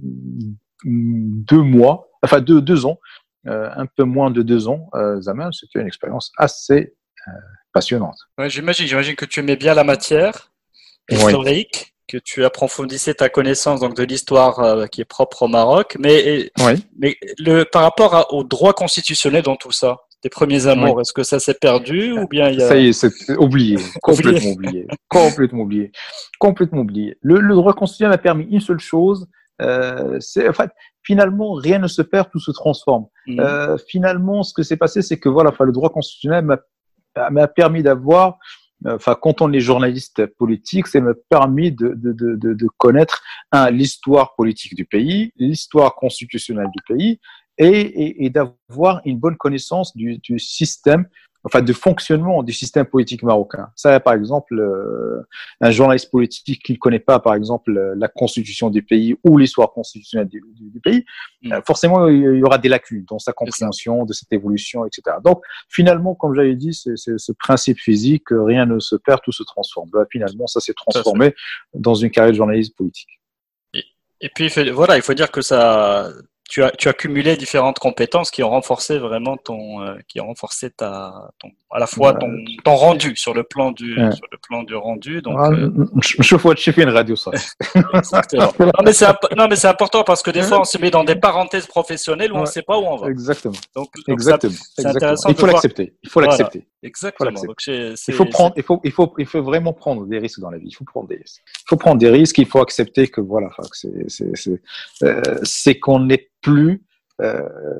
deux mois, enfin deux deux ans, euh, un peu moins de deux ans. Euh, Zaman, c'était une expérience assez euh, passionnante. Ouais, j'imagine, j'imagine que tu aimais bien la matière Oui, historique, que tu approfondissais ta connaissance donc de l'histoire euh, qui est propre au Maroc, mais, oui, mais le, par rapport à- au droit constitutionnel dans tout ça, tes premiers oui. amours, est-ce que ça s'est perdu ou bien il y Ça a y est, c'est oublié, oublié? complètement oublié, complètement oublié, complètement oublié. Le, le droit constitutionnel a permis une seule chose, euh, c'est, en fait, finalement, rien ne se perd, tout se transforme. Mhm. Euh, finalement, ce que s'est passé, c'est que voilà, enfin, le droit constitutionnel m'a m'a permis d'avoir, enfin, quand on est journaliste politique, ça m'a permis de, de, de, de, de connaître un l'histoire politique du pays, l'histoire constitutionnelle du pays, et, et, et d'avoir une bonne connaissance du, du système, enfin, de fonctionnement du système politique marocain. Ça, par exemple, euh, un journaliste politique qui ne connaît pas, par exemple, la constitution du pays ou l'histoire constitutionnelle du, du, du pays, euh, Mhm. forcément, il y aura des lacunes dans sa C'est ça. compréhension de cette évolution, et cetera. Donc, finalement, comme j'avais dit, c'est, c'est ce principe physique, rien ne se perd, tout se transforme. Bah, finalement, ça s'est Tout à fait. transformé dans une carrière de journaliste politique. Et, et puis il fait- voilà, il faut dire que ça, tu as, tu as cumulé différentes compétences qui ont renforcé vraiment ton, euh, qui ont renforcé ta, ton, à la fois ton, Euh, ton rendu sur le plan du, euh, sur le plan du rendu. Donc, euh, نشوفوا هادشي فين غادي يوصل. exactement. Non mais c'est imp- non mais c'est important parce que des fois on se met dans des parenthèses professionnelles où on ne Ouais, sait pas où on va. exactement, Donc, donc ça, exactement, c'est exactement. intéressant Il de faut voir. l'accepter. Il faut Voilà, l'accepter. Il faut exactement. Donc l'accepter. c'est, Il faut c'est, c'est- prendre, il faut, il faut, il faut vraiment prendre des risques dans la vie. Il faut prendre des risques. Il faut prendre des risques. Il faut accepter que voilà, enfin, que c'est, c'est, c'est, euh, c'est qu'on n'est plus euh,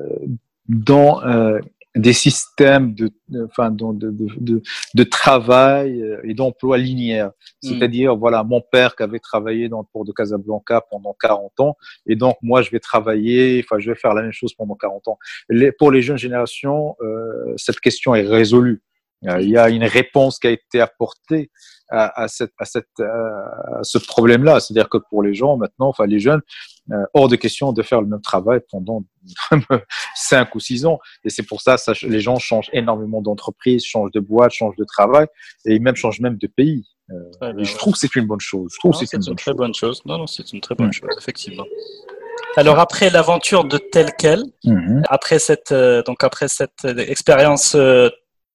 dans euh, des systèmes de, enfin, de, de, de, de, de travail et d'emploi linéaire. Hmm, C'est-à-dire, voilà, mon père qui avait travaillé dans le port de Casablanca pendant quarante ans, et donc moi, je vais travailler, enfin, je vais faire la même chose pendant quarante ans. Les, pour les jeunes générations, euh, cette question est résolue. Euh, il y a une réponse qui a été apportée à, à, cette, à, cette, à ce problème-là. C'est-à-dire que pour les gens maintenant, enfin les jeunes, euh, hors de question de faire le même travail pendant cinq ou six ans. Et c'est pour ça, ça, les gens changent énormément d'entreprises, changent de boîte, changent de travail, et même changent même de pays. Euh, bien, et je ouais. trouve que c'est une bonne chose. Je trouve Non, que c'est, c'est une, une bonne très chose. bonne chose. Non, non, c'est une très bonne mmh. chose, effectivement. Alors après l'aventure de tel quel, mmh. après cette euh, donc après cette expérience euh,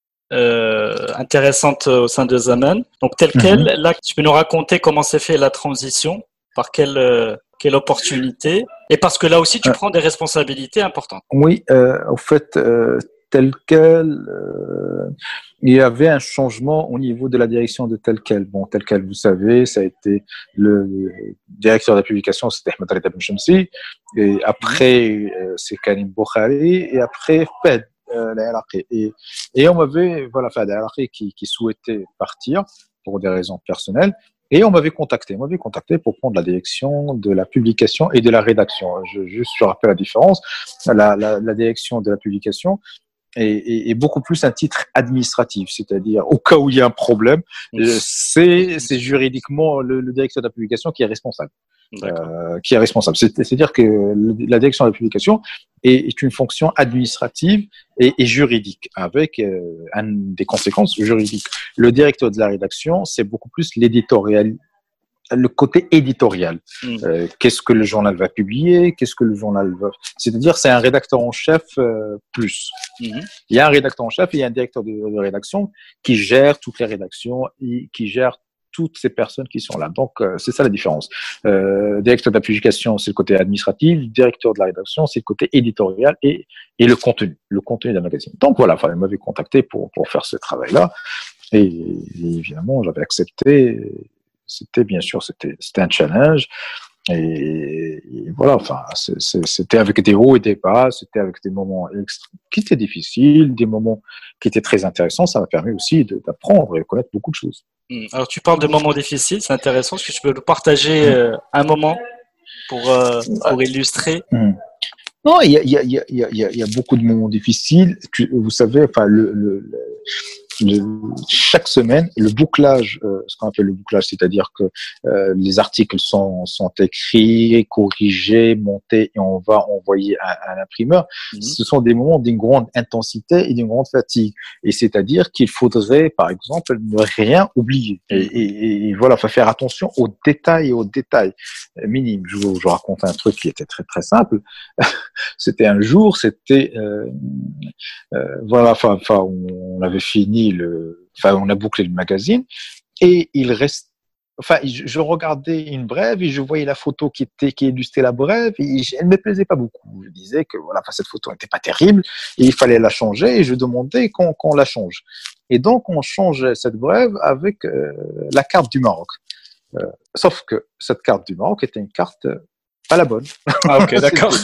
euh, intéressante au sein de Zaman, donc tel quel, mmh. là tu peux nous raconter comment s'est fait la transition, par quelle euh, quelle opportunité, et parce que là aussi tu euh, prends des responsabilités importantes. Oui, euh, en fait. Euh, tel quel, euh, il y avait un changement au niveau de la direction de tel quel. Bon, tel quel, vous savez, ça a été le, le directeur de la publication, c'était Ahmed Rida Ben Shamsi, et après, euh, c'est Karim Boukhari, et après, Fed, euh, et, et on m'avait, voilà, Fed qui, qui souhaitait partir pour des raisons personnelles. Et on m'avait contacté, on m'avait contacté pour prendre la direction de la publication et de la rédaction. Je, juste, je rappelle la différence. La, la, la direction de la publication est, est, est beaucoup plus un titre administratif, c'est-à-dire au cas où il y a un problème, c'est, c'est juridiquement le, le directeur de la publication qui est responsable. Euh, qui est responsable. C'est, c'est-à-dire que la direction de la publication est, est une fonction administrative et, et juridique, avec euh, un, des conséquences juridiques. Le directeur de la rédaction, c'est beaucoup plus l'éditorial, le côté éditorial. Mmh. Euh, qu'est-ce que le journal va publier, qu'est-ce que le journal va... C'est-à-dire, c'est un rédacteur en chef euh, plus. Mmh. Il y a un rédacteur en chef et il y a un directeur de, de rédaction qui gère toutes les rédactions et qui gère toutes ces personnes qui sont là. Donc, euh, c'est ça la différence. Euh, directeur de la publication, c'est le côté administratif. Directeur de la rédaction, c'est le côté éditorial et, et le contenu, le contenu d'un magazine. Donc, voilà, enfin, il m'avait contacté pour, pour faire ce travail-là. Et, et évidemment, j'avais accepté. C'était, bien sûr, c'était, c'était un challenge. Et, et voilà, enfin, c'est, c'est, c'était avec des hauts et des bas, c'était avec des moments extra- qui étaient difficiles, des moments qui étaient très intéressants. Ça m'a permis aussi de, d'apprendre et de connaître beaucoup de choses. Alors, tu parles de moments difficiles, c'est intéressant. Est-ce que tu peux nous partager euh, un moment pour, euh, pour illustrer? mmh. Non, il y a, il y a, il y a, il y a, il y a beaucoup de moments difficiles. Tu, vous savez, enfin, le, le, le Le, chaque semaine, le bouclage, euh, ce qu'on appelle le bouclage, c'est-à-dire que euh, les articles sont, sont écrits, corrigés, montés et on va envoyer à, à l'imprimeur. Mmh. Ce sont des moments d'une grande intensité et d'une grande fatigue. Et c'est-à-dire qu'il faudrait, par exemple, ne rien oublier. Et, et, et voilà, faut faire attention aux détails et aux détails minimes. Je vous, je vous raconte un truc qui était très très simple. C'était un jour, c'était euh, euh, voilà, enfin, enfin, on avait fini le, enfin, on a bouclé le magazine et il reste, enfin, je, je regardais une brève et je voyais la photo qui était, qui illustrait la brève et elle me plaisait pas beaucoup. Je disais que voilà, enfin, cette photo n'était pas terrible et il fallait la changer et je demandais qu'on, qu'on la change. Et donc, on change cette brève avec euh, la carte du Maroc. Euh, sauf que cette carte du Maroc était une carte pas la bonne. Ah, ok, d'accord.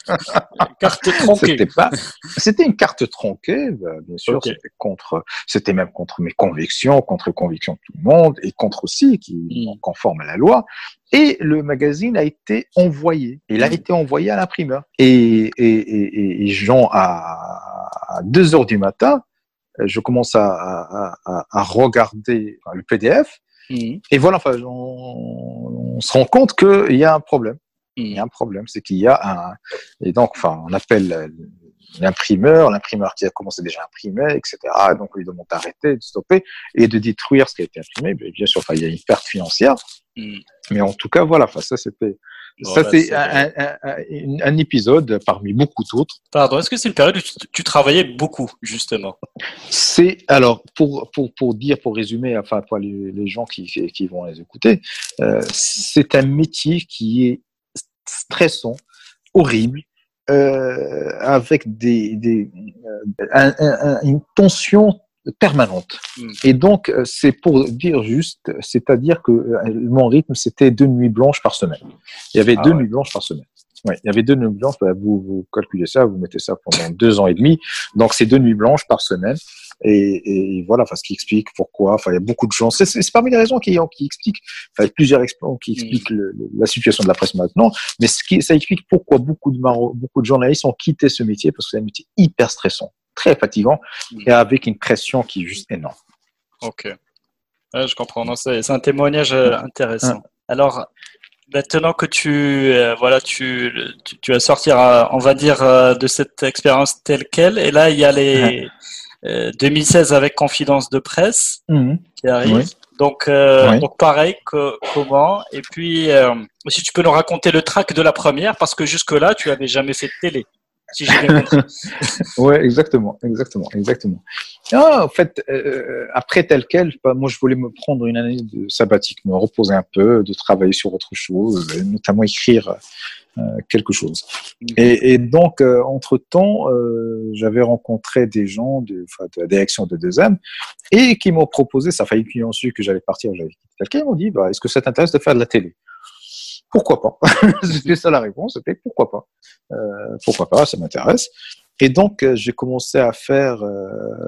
Carte tronquée. C'était pas, c'était une carte tronquée, bien sûr, okay. C'était contre, c'était même contre mes convictions, contre les convictions de tout le monde, et contre aussi, qui mmh. conforme à la loi. Et le magazine a été envoyé. Il a mmh. été envoyé à l'imprimeur. Et, et, et, et Jean, à, à deux heures du matin, je commence à, à, à, à regarder le P D F. Mmh. Et voilà, enfin, on, on se rend compte qu'il y a un problème. Il y a un problème, c'est qu'il y a un... Et donc, enfin, on appelle l'imprimeur, l'imprimeur qui a commencé déjà à imprimer, et cetera. Et donc, on lui demande d'arrêter, de stopper et de détruire ce qui a été imprimé. Bien sûr, enfin, il y a une perte financière. Mm. Mais en tout cas, voilà, enfin, ça, c'était... Bon, ça, là, c'est, c'est un, un, un, un épisode parmi beaucoup d'autres. Pardon, est-ce que c'est une période où tu, tu travaillais beaucoup, justement? C'est, alors, pour, pour, pour dire, pour résumer, enfin, pour les, les gens qui, qui vont les écouter, euh, c'est un métier qui est stressant, horrible, euh, avec des, des, euh, un, un, une tension permanente. Mmh. Et donc, c'est pour dire juste, c'est-à-dire que euh, mon rythme, c'était deux nuits blanches par semaine. Il y avait ah deux ouais. nuits blanches par semaine. Ouais, il y avait deux nuits blanches, vous, vous calculez ça, vous mettez ça pendant deux ans et demi. Donc, c'est deux nuits blanches par semaine. Et, et voilà, enfin, ce qui explique pourquoi. Enfin, il y a beaucoup de gens. C'est, c'est, c'est parmi les raisons qui, qui expliquent, enfin, plusieurs experts qui expliquent mmh. le, le, la situation de la presse maintenant. Mais ce qui, ça explique pourquoi beaucoup de Maro, beaucoup de journalistes ont quitté ce métier parce que c'est un métier hyper stressant. très fatigant et avec une pression qui est juste énorme. Ok, ouais, je comprends. Non, c'est, c'est un témoignage euh, intéressant. Alors, maintenant que tu, euh, voilà, tu, tu, tu vas sortir, euh, on va dire, euh, de cette expérience telle quelle, et là, il y a les euh, deux mille seize avec Confidence de presse Mmh. qui arrive. Oui. Donc, euh, Oui. donc pareil, que, comment? Et puis, euh, si tu peux nous raconter le track de la première, parce que jusque-là, tu avais jamais fait de télé, si j'ai bien compris. Ouais, exactement, exactement, exactement. Ah, en fait, euh, après tel quel, bah, moi je voulais me prendre une année de sabbatique, me reposer un peu, de travailler sur autre chose, et notamment écrire euh, quelque chose. Et, et donc, euh, entre-temps, euh, j'avais rencontré des gens de, enfin, de la direction de deux M et qui m'ont proposé, ça a failli qu'ils ont su que j'allais partir, j'avais quitté quelqu'un, ils m'ont dit, bah, est-ce que ça t'intéresse de faire de la télé? Pourquoi pas? C'était ça la réponse, c'était pourquoi pas? Euh, pourquoi pas, ça m'intéresse. Et donc, euh, j'ai commencé à faire, euh,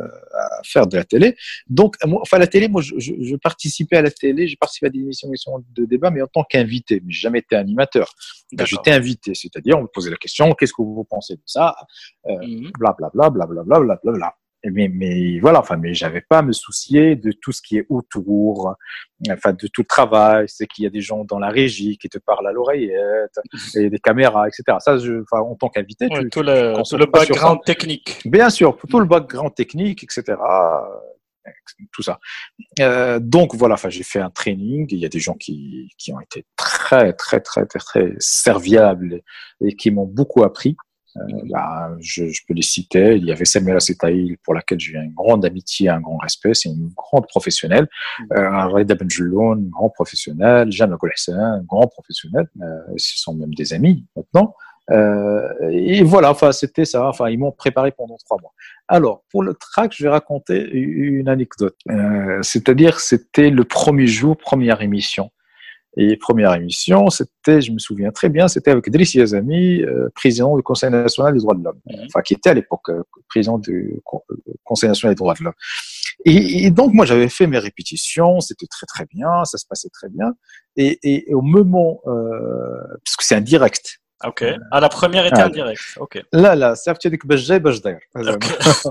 à faire de la télé. Donc, moi, enfin, la télé, moi, je, je, je participais à la télé, j'ai participé à des émissions, émissions de débat, mais en tant qu'invité, mais j'ai jamais été animateur. Ben, j'étais invité, c'est-à-dire, on me posait la question, qu'est-ce que vous pensez de ça? Euh, Mhm. Blablabla, blablabla, blablabla. Mais, mais voilà, enfin, mais j'avais pas à me soucier de tout ce qui est autour, enfin, de tout le travail. C'est qu'il y a des gens dans la régie qui te parlent à l'oreillette, et des caméras, et cetera. Ça, je, enfin, en tant qu'invité, Ouais, tu, tout tu, tu te le, tout concentres le pas sur ça. background technique. Bien sûr, tout le background technique, et cetera. Tout ça. Euh, donc voilà, enfin, j'ai fait un training. Il y a des gens qui, qui ont été très, très, très, très, très serviables et qui m'ont beaucoup appris. Euh, bah, je, je peux les citer. Il y avait Samira Setaïl, pour laquelle j'ai une grande amitié, un grand respect. C'est une grande professionnelle. Euh, Reda Benjeloun, grand professionnel. Jeanne Golhassan, grand professionnel. Euh, ce sont même des amis maintenant. Euh, et voilà, enfin, c'était ça. Enfin, ils m'ont préparé pendant trois mois. Alors, pour le track, je vais raconter une anecdote. Euh, c'est-à-dire, c'était le premier jour, première émission. Et première émission, c'était, je me souviens très bien, c'était avec Driss Yazami, euh, président du Conseil national des droits de l'homme, Mhm. enfin qui était à l'époque euh, président du Conseil national des droits de l'homme. Et, et donc moi j'avais fait mes répétitions, c'était très très bien, ça se passait très bien. Et, et, et au moment, euh, parce que c'est un direct. Ok. Ah, la première était Ah, en direct. Ok. là là, c'est que tu bajay bajdair. Ok.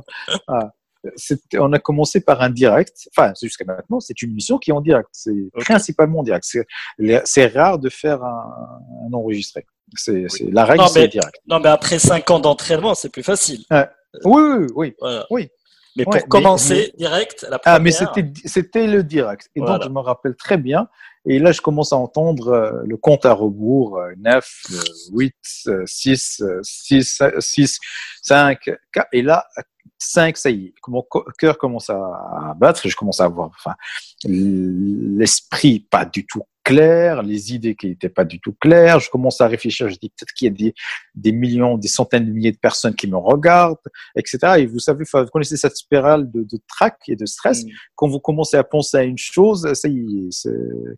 Ah, c'était- on a commencé par un direct. Enfin, c'est jusqu'à maintenant, c'est une émission qui est en direct. C'est Ok. principalement en direct. C'est, c'est rare de faire un, un enregistré. C'est, Oui. c'est la règle, Non, c'est mais, direct. non, mais après cinq ans d'entraînement, c'est plus facile. Ouais. Oui, oui, oui, Voilà. oui. Mais Ouais, pour mais, commencer, mais, direct, la ah, mais première. c'était, c'était le direct. Et Voilà. donc, je me rappelle très bien. Et là, je commence à entendre euh, le compte à rebours, euh, neuf, euh, huit, euh, six, euh, six, six, cinq, quatre. Et là, cinq, ça y est, mon co- cœur commence à battre et je commence à avoir, enfin, l'esprit pas du tout clair, les idées qui n'étaient pas du tout claires. Je commence à réfléchir, je dis peut-être qu'il y a des, des millions, des centaines de milliers de personnes qui me regardent, et cetera. Et vous savez, vous connaissez cette spirale de, de trac et de stress. Mm. Quand vous commencez à penser à une chose, ça y est, c'est,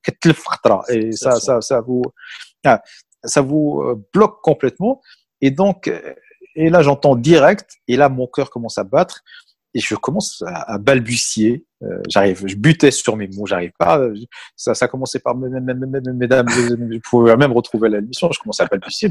et C'est ça, ça. ça, ça vous, ah, ça vous bloque complètement. Et donc, et là, j'entends direct, et là, mon cœur commence à battre. Et je commence à, à balbutier. Euh, j'arrive, je butais sur mes mots, j'arrive pas. Ça, ça a commencé par mesdames, vous pouvez même retrouver l'émission. Je commence à balbutier,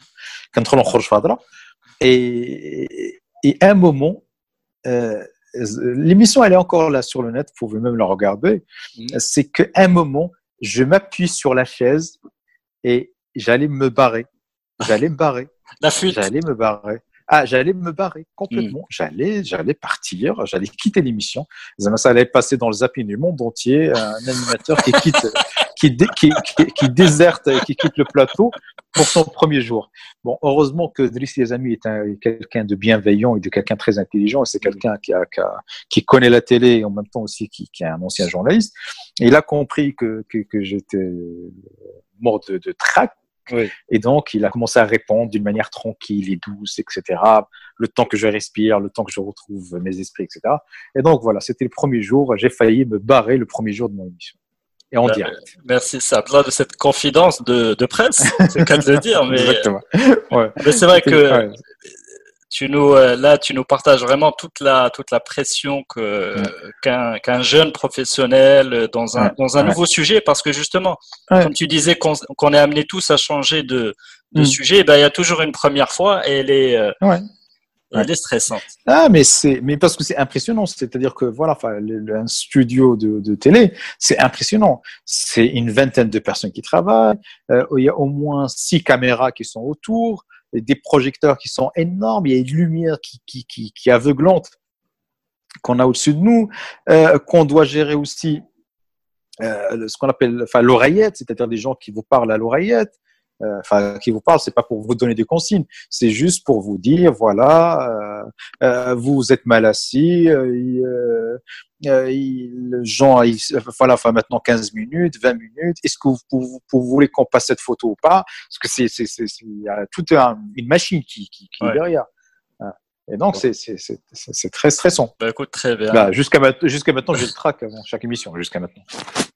et, et à un moment, euh, l'émission elle est encore là sur le net, vous pouvez même la regarder. Mm. C'est qu'à un moment, je m'appuie sur la chaise et j'allais me barrer. J'allais me barrer. La fuite. J'allais me barrer. Ah, j'allais me barrer complètement. Mm. J'allais, j'allais partir, j'allais quitter l'émission. Ça allait passer dans le zapping du monde entier, un animateur qui quitte, qui, dé, qui, qui, qui déserte, qui quitte le plateau pour son premier jour. Bon, heureusement que Driss Yazami est un, quelqu'un de bienveillant et de quelqu'un très intelligent. Et c'est quelqu'un qui, a, qui, a, qui connaît la télé et en même temps aussi qui, qui est un ancien journaliste. Et il a compris que, que, que j'étais mort de, de trac. Oui. Et donc, il a commencé à répondre d'une manière tranquille et douce, et cetera. Le temps que je respire, le temps que je retrouve mes esprits, et cetera. Et donc, voilà, c'était le premier jour. J'ai failli me barrer le premier jour de mon émission. Et en ben, direct. Merci, Sabla, de cette confidence de, de presse. C'est le cas de le dire. Mais, exactement. Ouais. Mais c'est vrai que ouais. tu nous, là, tu nous partages vraiment toute la, toute la pression que, ouais. qu'un, qu'un jeune professionnel dans un, ouais. dans un ouais. nouveau sujet, parce que justement, ouais. comme tu disais qu'on, qu'on est amené tous à changer de, de mm. sujet, ben, il y a toujours une première fois et elle est, ouais. ouais. Elle est stressante. Ah, mais c'est, mais parce que c'est impressionnant. C'est-à-dire que voilà, enfin, le, le, un studio de, de télé, c'est impressionnant. C'est une vingtaine de personnes qui travaillent. Euh, il y a au moins six caméras qui sont autour, et des projecteurs qui sont énormes. Il y a une lumière qui, qui, qui, qui est aveuglante qu'on a au-dessus de nous, euh, qu'on doit gérer aussi. Euh, ce qu'on appelle, enfin, l'oreillette, c'est-à-dire des gens qui vous parlent à l'oreillette. Euh, enfin, qui vous parle, c'est pas pour vous donner des consignes, c'est juste pour vous dire, voilà, euh, euh, vous êtes mal assis, euh, il, euh, il, le genre, il, voilà, enfin maintenant quinze minutes, vingt minutes, est-ce que vous, vous, vous voulez qu'on passe cette photo ou pas? Parce que c'est, c'est, c'est, c'est, il y a toute un, une machine qui, qui, qui ouais. est derrière. Et donc, c'est, c'est, c'est, c'est très stressant. Bah, écoute, très bien. Bah, jusqu'à, jusqu'à maintenant, j'ai le trac avant chaque émission, jusqu'à maintenant.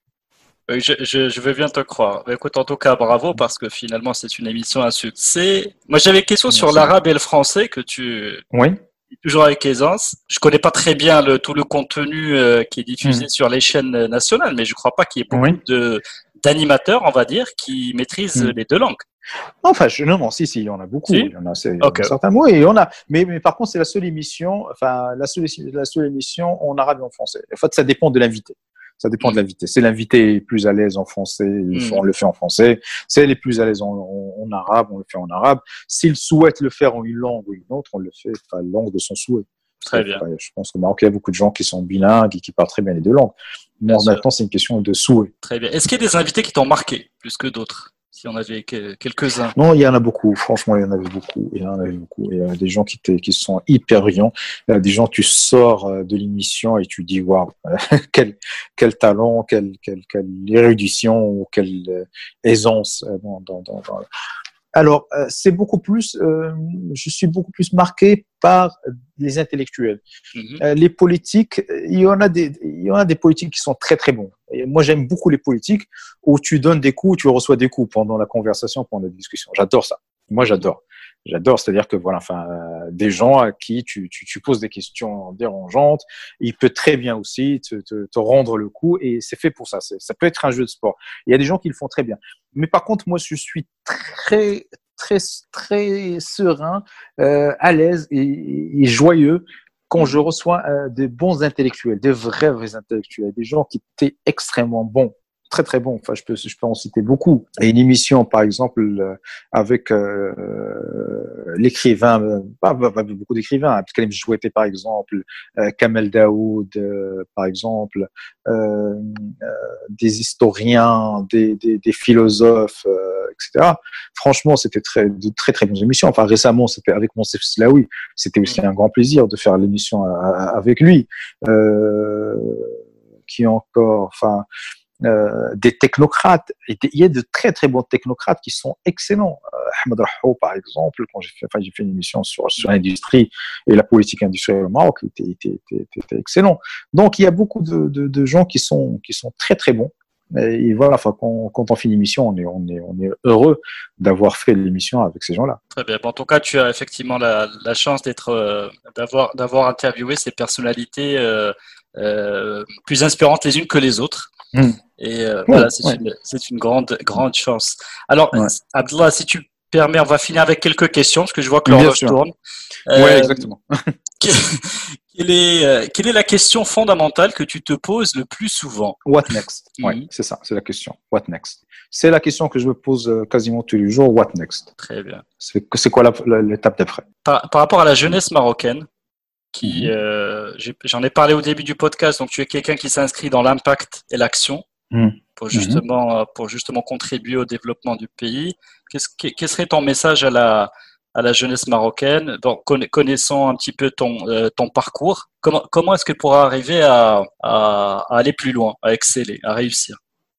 Je, je, je veux bien te croire. Écoute, en tout cas, bravo, parce que finalement, c'est une émission à succès. Moi, j'avais une question Merci. sur l'arabe et le français que tu oui. toujours avec aisance. Je connais pas très bien le, tout le contenu euh, qui est diffusé mmh. sur les chaînes nationales, mais je crois pas qu'il y ait beaucoup oui. de, d'animateurs, on va dire, qui maîtrisent mmh. les deux langues. Enfin, je, non, non, si, si, il y en a beaucoup. Si? Il y en a, c'est, okay. certains mots, et on a, mais, mais par contre, c'est la seule émission, enfin, la seule, la seule émission en arabe et en français. En fait, ça dépend de l'invité. Ça dépend mmh. de l'invité. Si l'invité est plus à l'aise en français, mmh. on le fait en français. Si elle est plus à l'aise en, en, en arabe, on le fait en arabe. S'il souhaite le faire en une langue ou une autre, on le fait à la langue de son souhait. Très bien. Je pense qu'au Maroc, il y a beaucoup de gens qui sont bilingues et qui parlent très bien les deux langues. Bon, maintenant, c'est une question de souhait. Très bien. Est-ce qu'il y a des invités qui t'ont marqué plus que d'autres? Si on avait quelques-uns. Non, il y en a beaucoup. Franchement, il y en avait beaucoup. Il y en avait beaucoup. Il y a des gens qui, qui sont hyper brillants. Il y a des gens, tu sors de l'émission et tu dis, waouh, quel, quel talent, quelle, quelle, quelle érudition ou quelle aisance dans, dans, dans, dans... Alors, euh, c'est beaucoup plus, euh, je suis beaucoup plus marqué par les intellectuels. Mm-hmm. Euh, les politiques, il y en a des, il y en a des politiques qui sont très très bons. Et moi, j'aime beaucoup les politiques où tu donnes des coups, tu reçois des coups pendant la conversation, pendant la discussion. J'adore ça. Moi, j'adore. J'adore, c'est-à-dire que voilà, enfin, euh, des gens à qui tu, tu, tu poses des questions dérangeantes, il peut très bien aussi te, te, te rendre le coup et c'est fait pour ça. C'est, ça peut être un jeu de sport. Il y a des gens qui le font très bien. Mais par contre, moi, je suis très, très, très serein, euh, à l'aise et, et joyeux quand je reçois euh, des bons intellectuels, des vrais, vrais intellectuels, des gens qui étaient extrêmement bons. Très très bon. Enfin, je peux je peux en citer beaucoup. Et une émission, par exemple, euh, avec euh, l'écrivain, euh, pas, pas, pas beaucoup d'écrivains, hein, Karim Joueté, par exemple, euh, Kamel Daoud, euh, par exemple, euh, euh, des historiens, des des, des philosophes, euh, et cetera. Franchement, c'était très de très très bonnes émissions. Enfin, récemment, c'était avec Monsef Slaoui. C'était aussi un grand plaisir de faire l'émission à, à, avec lui. Euh, qui encore, enfin. Euh, des technocrates. Il y a de très très bons technocrates qui sont excellents. Euh, Ahmed Rahou, par exemple, quand j'ai fait, enfin, j'ai fait une émission sur, sur l'industrie et la politique industrielle au Maroc, il était, était, était, était excellent. Donc il y a beaucoup de, de, de gens qui sont, qui sont très très bons. Et voilà, enfin, quand, quand on fait l'émission, on est, on est, on est heureux d'avoir fait l'émission avec ces gens-là. Très bien. En tout cas, tu as effectivement la, la chance d'être, euh, d'avoir, d'avoir interviewé ces personnalités euh, euh, plus inspirantes les unes que les autres. Mmh. Et euh, ouais, voilà, c'est, ouais. une, c'est une grande, grande chance. Alors, ouais. Abdallah, si tu permets, on va finir avec quelques questions, parce que je vois que l'horloge tourne. Euh, oui, exactement. quelle, est, euh, quelle est la question fondamentale que tu te poses le plus souvent? What next? mmh. Oui, c'est ça, c'est la question. What next? C'est la question que je me pose quasiment tous les jours. What next? Très bien. C'est, c'est quoi la, la, l'étape d'après? Par, par rapport à la jeunesse marocaine, qui, mmh. euh, j'ai, j'en ai parlé au début du podcast, donc tu es quelqu'un qui s'inscrit dans l'impact et l'action mmh. pour justement, mmh. pour justement contribuer au développement du pays. Qu'est-ce, quel serait ton message à la, à la jeunesse marocaine, bon, connaissant un petit peu ton, euh, ton parcours, comment, comment est-ce qu'elle pourra arriver à, à, à aller plus loin, à exceller, à réussir?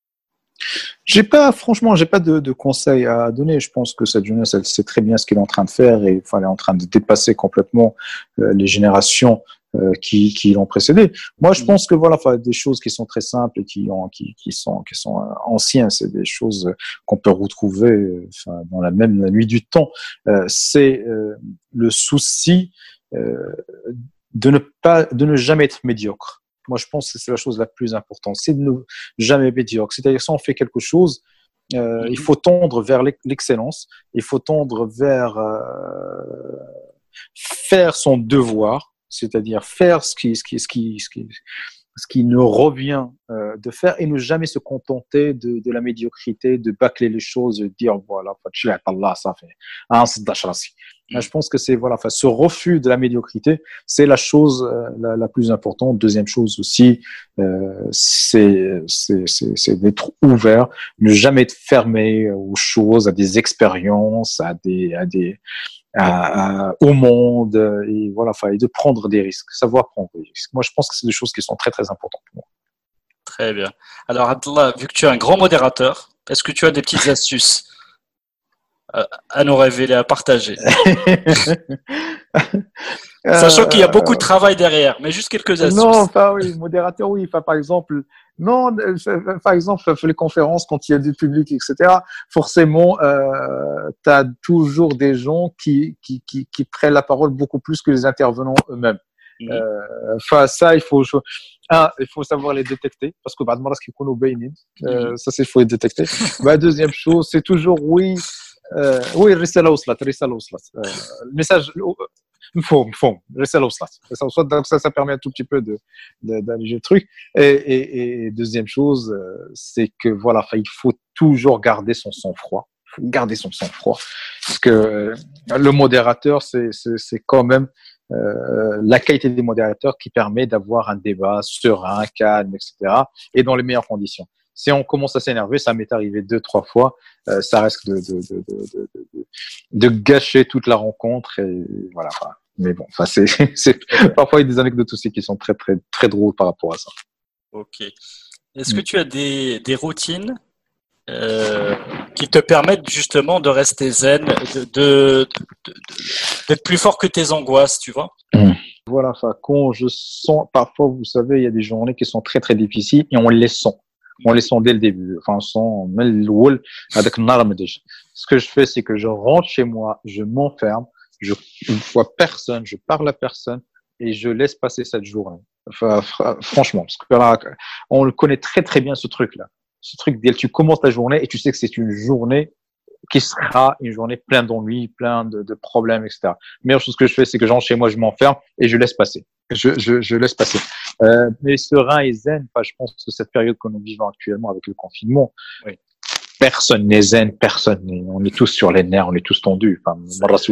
J'ai pas, franchement, j'ai pas de, de conseils à donner. Je pense que cette jeunesse, elle sait très bien ce qu'elle est en train de faire et enfin, elle est en train de dépasser complètement euh, les générations euh, qui, qui l'ont précédée. Moi, je pense que voilà, enfin, des choses qui sont très simples et qui ont, qui, qui sont, qui sont anciennes, c'est des choses qu'on peut retrouver enfin, dans la même la nuit du temps. Euh, c'est euh, le souci euh, de ne pas, de ne jamais être médiocre. Moi, je pense que c'est la chose la plus importante, c'est de ne jamais être médiocre. C'est-à-dire, si on fait quelque chose, euh, mm-hmm. il faut tendre vers l'excellence, il faut tendre vers, euh, faire son devoir, c'est-à-dire faire ce qui, ce qui, ce qui, ce qui, ce qui nous revient euh, de faire et ne jamais se contenter de, de la médiocrité, de bâcler les choses, de dire voilà, Allah, ça fait un mm. Je pense que c'est voilà, enfin, ce refus de la médiocrité, c'est la chose euh, la, la plus importante. Deuxième chose aussi, euh, c'est, c'est, c'est, c'est d'être ouvert, ne jamais être fermé aux choses, à des expériences, à des, à des À, à, au monde et voilà, enfin, et de prendre des risques, savoir prendre des risques. Moi, je pense que c'est des choses qui sont très très importantes pour moi. Très bien. Alors, Abdallah, vu que tu es un grand modérateur, est-ce que tu as des petites astuces à, à nous révéler, à partager? Sachant qu'il y a beaucoup de travail derrière, mais juste quelques astuces. Non, enfin oui, modérateur, oui. Enfin, par exemple, non, par exemple, les conférences, quand il y a du public, et cetera, forcément, euh, tu as toujours des gens qui, qui, qui, qui prennent la parole beaucoup plus que les intervenants eux-mêmes. Mmh. Euh, enfin, ça, il faut, un, il faut savoir les détecter, parce que, bah, euh, ça, c'est, il faut les détecter. Bah, deuxième chose, c'est toujours, oui, euh, oui, risala waslat, risala waslat. Euh, le message, Mfom, mfom, donc ça, ça permet un tout petit peu de, de, d'alléger le truc. Et, et, et deuxième chose, c'est que voilà, il faut toujours garder son sang-froid. Il faut garder son sang-froid. Parce que le modérateur, c'est, c'est, c'est quand même euh, la qualité des modérateurs qui permet d'avoir un débat serein, calme, et cetera. Et dans les meilleures conditions. Si on commence à s'énerver, ça m'est arrivé deux, trois fois, euh, ça risque de, de, de, de, de, de, de gâcher toute la rencontre et voilà. Enfin, mais bon, enfin, c'est, c'est, parfois il y a des anecdotes aussi qui sont très, très, très drôles par rapport à ça. Ok. Est-ce que tu as des, des routines euh, qui te permettent justement de rester zen, de, de, de, de, d'être plus fort que tes angoisses, tu vois? Mmh. Voilà, enfin, quand je sens, parfois, vous savez, il y a des journées qui sont très, très difficiles et on les sent. On les sent dès le début. Enfin, on sent, même le wall, avec narmedej. Ce que je fais, c'est que je rentre chez moi, je m'enferme, je ne vois personne, je parle à personne et je laisse passer cette journée. Enfin, franchement, parce que là, on le connaît très, très bien, ce truc-là. Ce truc, tu commences ta journée et tu sais que c'est une journée qui sera une journée pleine d'ennuis, plein de, de problèmes, et cetera. La meilleure chose que je fais, c'est que je rentre chez moi, je m'enferme et je laisse passer. Je, je, je laisse passer. Euh, mais serein et zen, enfin, je pense que cette période que nous vivons actuellement avec le confinement, oui. Personne n'est zen, personne n'est, on est tous sur les nerfs, on est tous tendus. Enfin,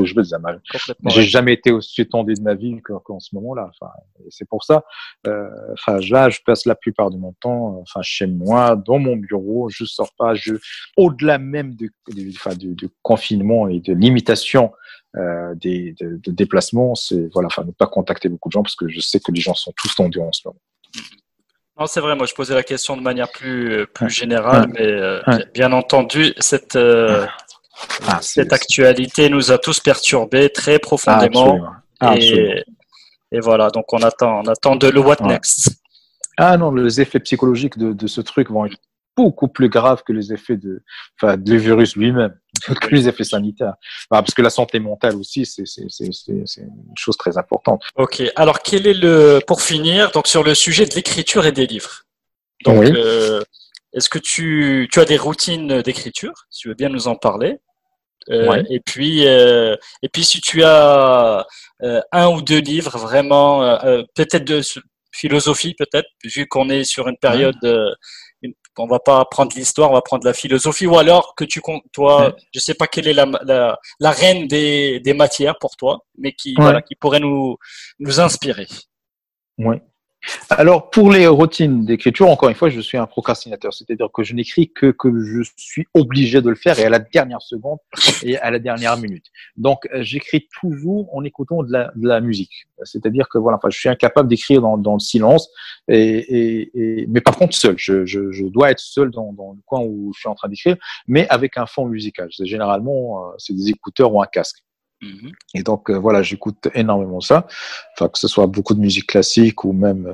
j'ai jamais été aussi tendu de ma vie qu'en ce moment-là. Enfin, c'est pour ça, euh, enfin, là, je passe la plupart de mon temps, enfin, chez moi, dans mon bureau, je sors pas, je, au-delà même du, du, enfin, du, du confinement et de limitation, euh, des, de, de déplacements, c'est, voilà, enfin, ne pas contacter beaucoup de gens parce que je sais que les gens sont tous tendus en ce moment. Non, c'est vrai, moi je posais la question de manière plus, plus générale, ouais. mais euh, ouais. bien entendu, cette, euh, ah, cette actualité nous a tous perturbés très profondément. Ah, absolument. Et, et voilà, donc on attend, on attend de le what ouais. next. Ah non, les effets psychologiques de, de ce truc vont être beaucoup plus graves que les effets de, enfin, du virus lui-même, que les effets sanitaires. Enfin, parce que la santé mentale aussi, c'est, c'est, c'est, c'est, c'est une chose très importante. Ok. Alors, quel est le, pour finir, donc sur le sujet de l'écriture et des livres. Donc, oui. euh, est-ce que tu, tu as des routines d'écriture? Si tu veux bien nous en parler. Euh, oui. Et puis, euh, et puis, si tu as euh, un ou deux livres vraiment, euh, peut-être de philosophie, peut-être, vu qu'on est sur une période. Oui. Euh, on va pas prendre l'histoire, on va prendre la philosophie, ou alors que tu comptes, toi, ouais. je sais pas quelle est la, la, la reine des, des matières pour toi, mais qui, ouais. voilà, qui pourrait nous, nous inspirer. Oui. Alors, pour les routines d'écriture, encore une fois, je suis un procrastinateur. C'est-à-dire que je n'écris que que je suis obligé de le faire et à la dernière seconde et à la dernière minute. Donc, j'écris toujours en écoutant de la, de la musique. C'est-à-dire que voilà, enfin, je suis incapable d'écrire dans, dans le silence. Et, et, et, mais par contre, seul. Je, je, je dois être seul dans, dans le coin où je suis en train d'écrire, mais avec un fond musical. C'est généralement, c'est des écouteurs ou un casque. Mmh. Et donc euh, voilà, j'écoute énormément ça, enfin que ce soit beaucoup de musique classique ou même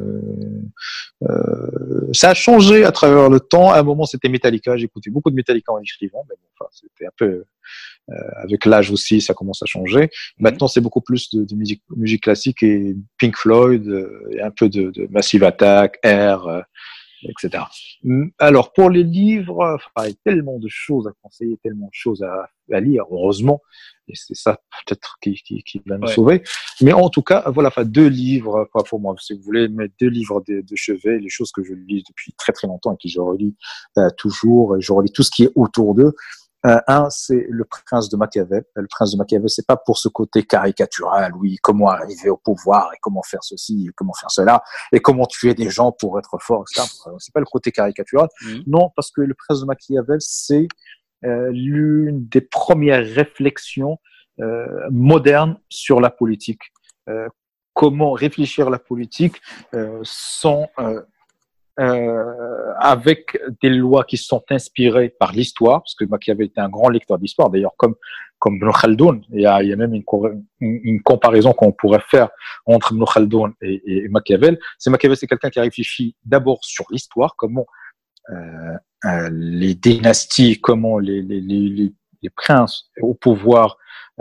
euh, euh, ça a changé à travers le temps. À un moment c'était Metallica, j'écoutais beaucoup de Metallica en écrivant, mais bon, enfin c'était un peu euh, avec l'âge aussi ça commence à changer. Mmh. Maintenant c'est beaucoup plus de, de musique musique classique et Pink Floyd euh, et un peu de, de Massive Attack, Air. Euh, et cetera. Alors, pour les livres, enfin, il y a tellement de choses à conseiller, tellement de choses à, à lire, heureusement, et c'est ça peut-être qui, qui, qui va nous ouais. sauver. Mais en tout cas, voilà, enfin, deux livres, pas pour moi, si vous voulez, mais deux livres de, de chevet, les choses que je lis depuis très très longtemps et que je relis euh, toujours, et je relis tout ce qui est autour d'eux. Euh, un, c'est Le Prince de Machiavel. Le Prince de Machiavel, c'est pas pour ce côté caricatural, oui, comment arriver au pouvoir et comment faire ceci et comment faire cela et comment tuer des gens pour être fort, et cetera. C'est pas le côté caricatural. Mmh. Non, parce que Le Prince de Machiavel, c'est euh, l'une des premières réflexions euh, modernes sur la politique. Euh, comment réfléchir la politique euh, sans euh, Euh, avec des lois qui sont inspirées par l'histoire, parce que Machiavel était un grand lecteur d'histoire, d'ailleurs comme comme Ibn Khaldoun. Il y a, il y a même une, une, une comparaison qu'on pourrait faire entre Ibn Khaldoun et, et Machiavel. C'est Machiavel, c'est quelqu'un qui a réfléchi d'abord sur l'histoire, comment euh, euh, les dynasties, comment les les les, les, les princes au pouvoir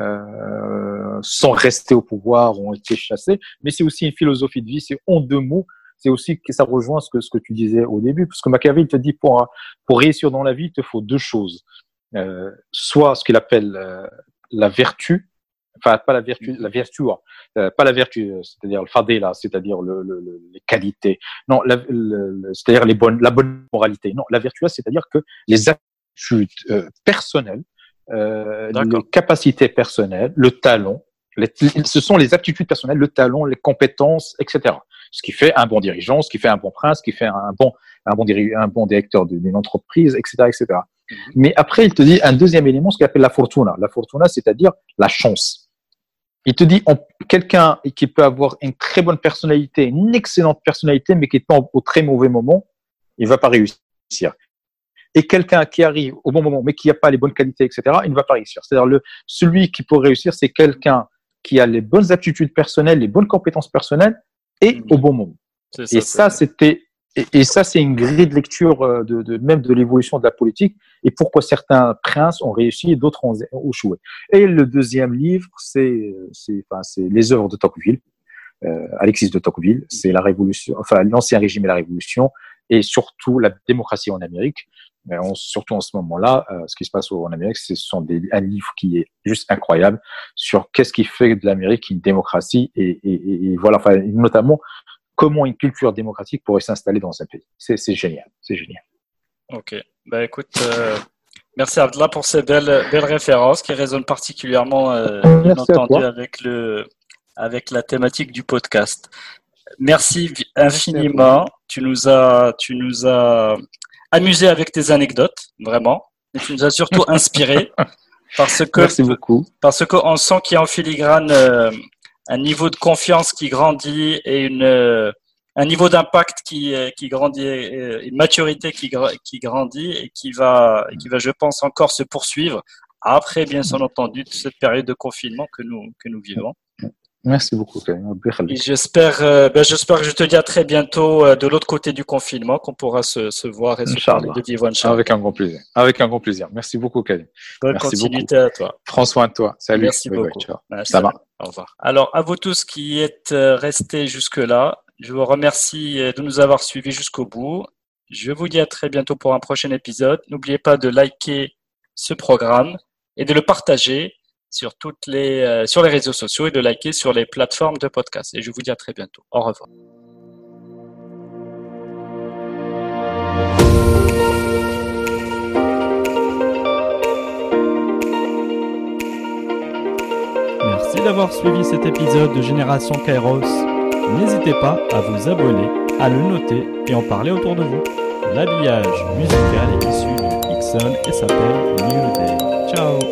euh, sont restés au pouvoir, ont été chassés, mais c'est aussi une philosophie de vie. C'est en deux mots. C'est aussi que ça rejoint ce que, ce que tu disais au début, parce que Machiavel te dit pour, pour réussir dans la vie, il te faut deux choses. Euh, soit ce qu'il appelle euh, la vertu, enfin pas la vertu, la vertu, euh, pas la vertu, c'est-à-dire le fadila, c'est-à-dire le, le, le, les qualités. Non, la, le, c'est-à-dire les bonnes, la bonne moralité. Non, la vertu, c'est-à-dire que les attitudes euh, personnelles, euh, les capacités personnelles, le talent, les, ce sont les aptitudes personnelles, le talent, les compétences, et cetera. Ce qui fait un bon dirigeant, ce qui fait un bon prince, ce qui fait un bon, un bon, diri- un bon directeur d'une entreprise, et cetera, et cetera. Mm-hmm. Mais après, il te dit un deuxième élément, ce qu'il appelle la fortuna. La fortuna, c'est-à-dire la chance. Il te dit on, quelqu'un qui peut avoir une très bonne personnalité, une excellente personnalité, mais qui tombe au très mauvais moment, il va pas réussir. Et quelqu'un qui arrive au bon moment, mais qui n'a pas les bonnes qualités, et cetera, il ne va pas réussir. C'est-à-dire le, celui qui peut réussir, c'est quelqu'un qui a les bonnes aptitudes personnelles, les bonnes compétences personnelles, et mmh. au bon moment. Ça, et ça, c'était, et, et ça, c'est une grille de lecture de, de même de l'évolution de la politique et pourquoi certains princes ont réussi et d'autres ont, ont échoué. Et le deuxième livre, c'est, c'est, enfin, c'est les œuvres de Tocqueville, euh, Alexis de Tocqueville. C'est la révolution, enfin l'ancien régime et la révolution, et surtout la démocratie en Amérique. Mais on, surtout en ce moment-là, euh, ce qui se passe en Amérique, ce sont des, un livre qui est juste incroyable sur qu'est-ce qui fait de l'Amérique une démocratie et, et, et voilà, enfin, notamment comment une culture démocratique pourrait s'installer dans un pays. C'est, c'est génial, c'est génial. Ok, bah écoute, euh, merci Abdallah pour ces belles, belles références qui résonnent particulièrement, euh, bien entendu, avec le, avec la thématique du podcast. Merci infiniment. Merci tu nous as, tu nous as amusé avec tes anecdotes, vraiment. Et tu nous as surtout inspiré parce que, merci beaucoup. Parce qu'on sent qu'il y a en filigrane euh, un niveau de confiance qui grandit et une, euh, un niveau d'impact qui, qui grandit, et une maturité qui, qui grandit et qui va, et qui va, je pense, encore se poursuivre après, bien entendu, cette période de confinement que nous, que nous vivons. Merci beaucoup. Et j'espère, euh, ben j'espère que je te dis à très bientôt euh, de l'autre côté du confinement, qu'on pourra se, se voir et se Inch'Allah. parler de vivre. Inch'Allah. Avec un grand plaisir. Avec un grand plaisir. Merci beaucoup, Karim. Bonne Merci continuité beaucoup. à toi. Prends soin de toi. Salut. Merci oui, beaucoup. Oui, ciao. Ah, ça va. Au revoir. Alors, à vous tous qui êtes restés jusque-là, je vous remercie de nous avoir suivis jusqu'au bout. Je vous dis à très bientôt pour un prochain épisode. N'oubliez pas de liker ce programme et de le partager sur toutes les, euh, sur les réseaux sociaux et de liker sur les plateformes de podcast. Et je vous dis à très bientôt. Au revoir. Merci d'avoir suivi cet épisode de Génération Kairos. N'hésitez pas à vous abonner, à le noter et en parler autour de vous. L'habillage musical est issu de Ixon et s'appelle New Day. Ciao!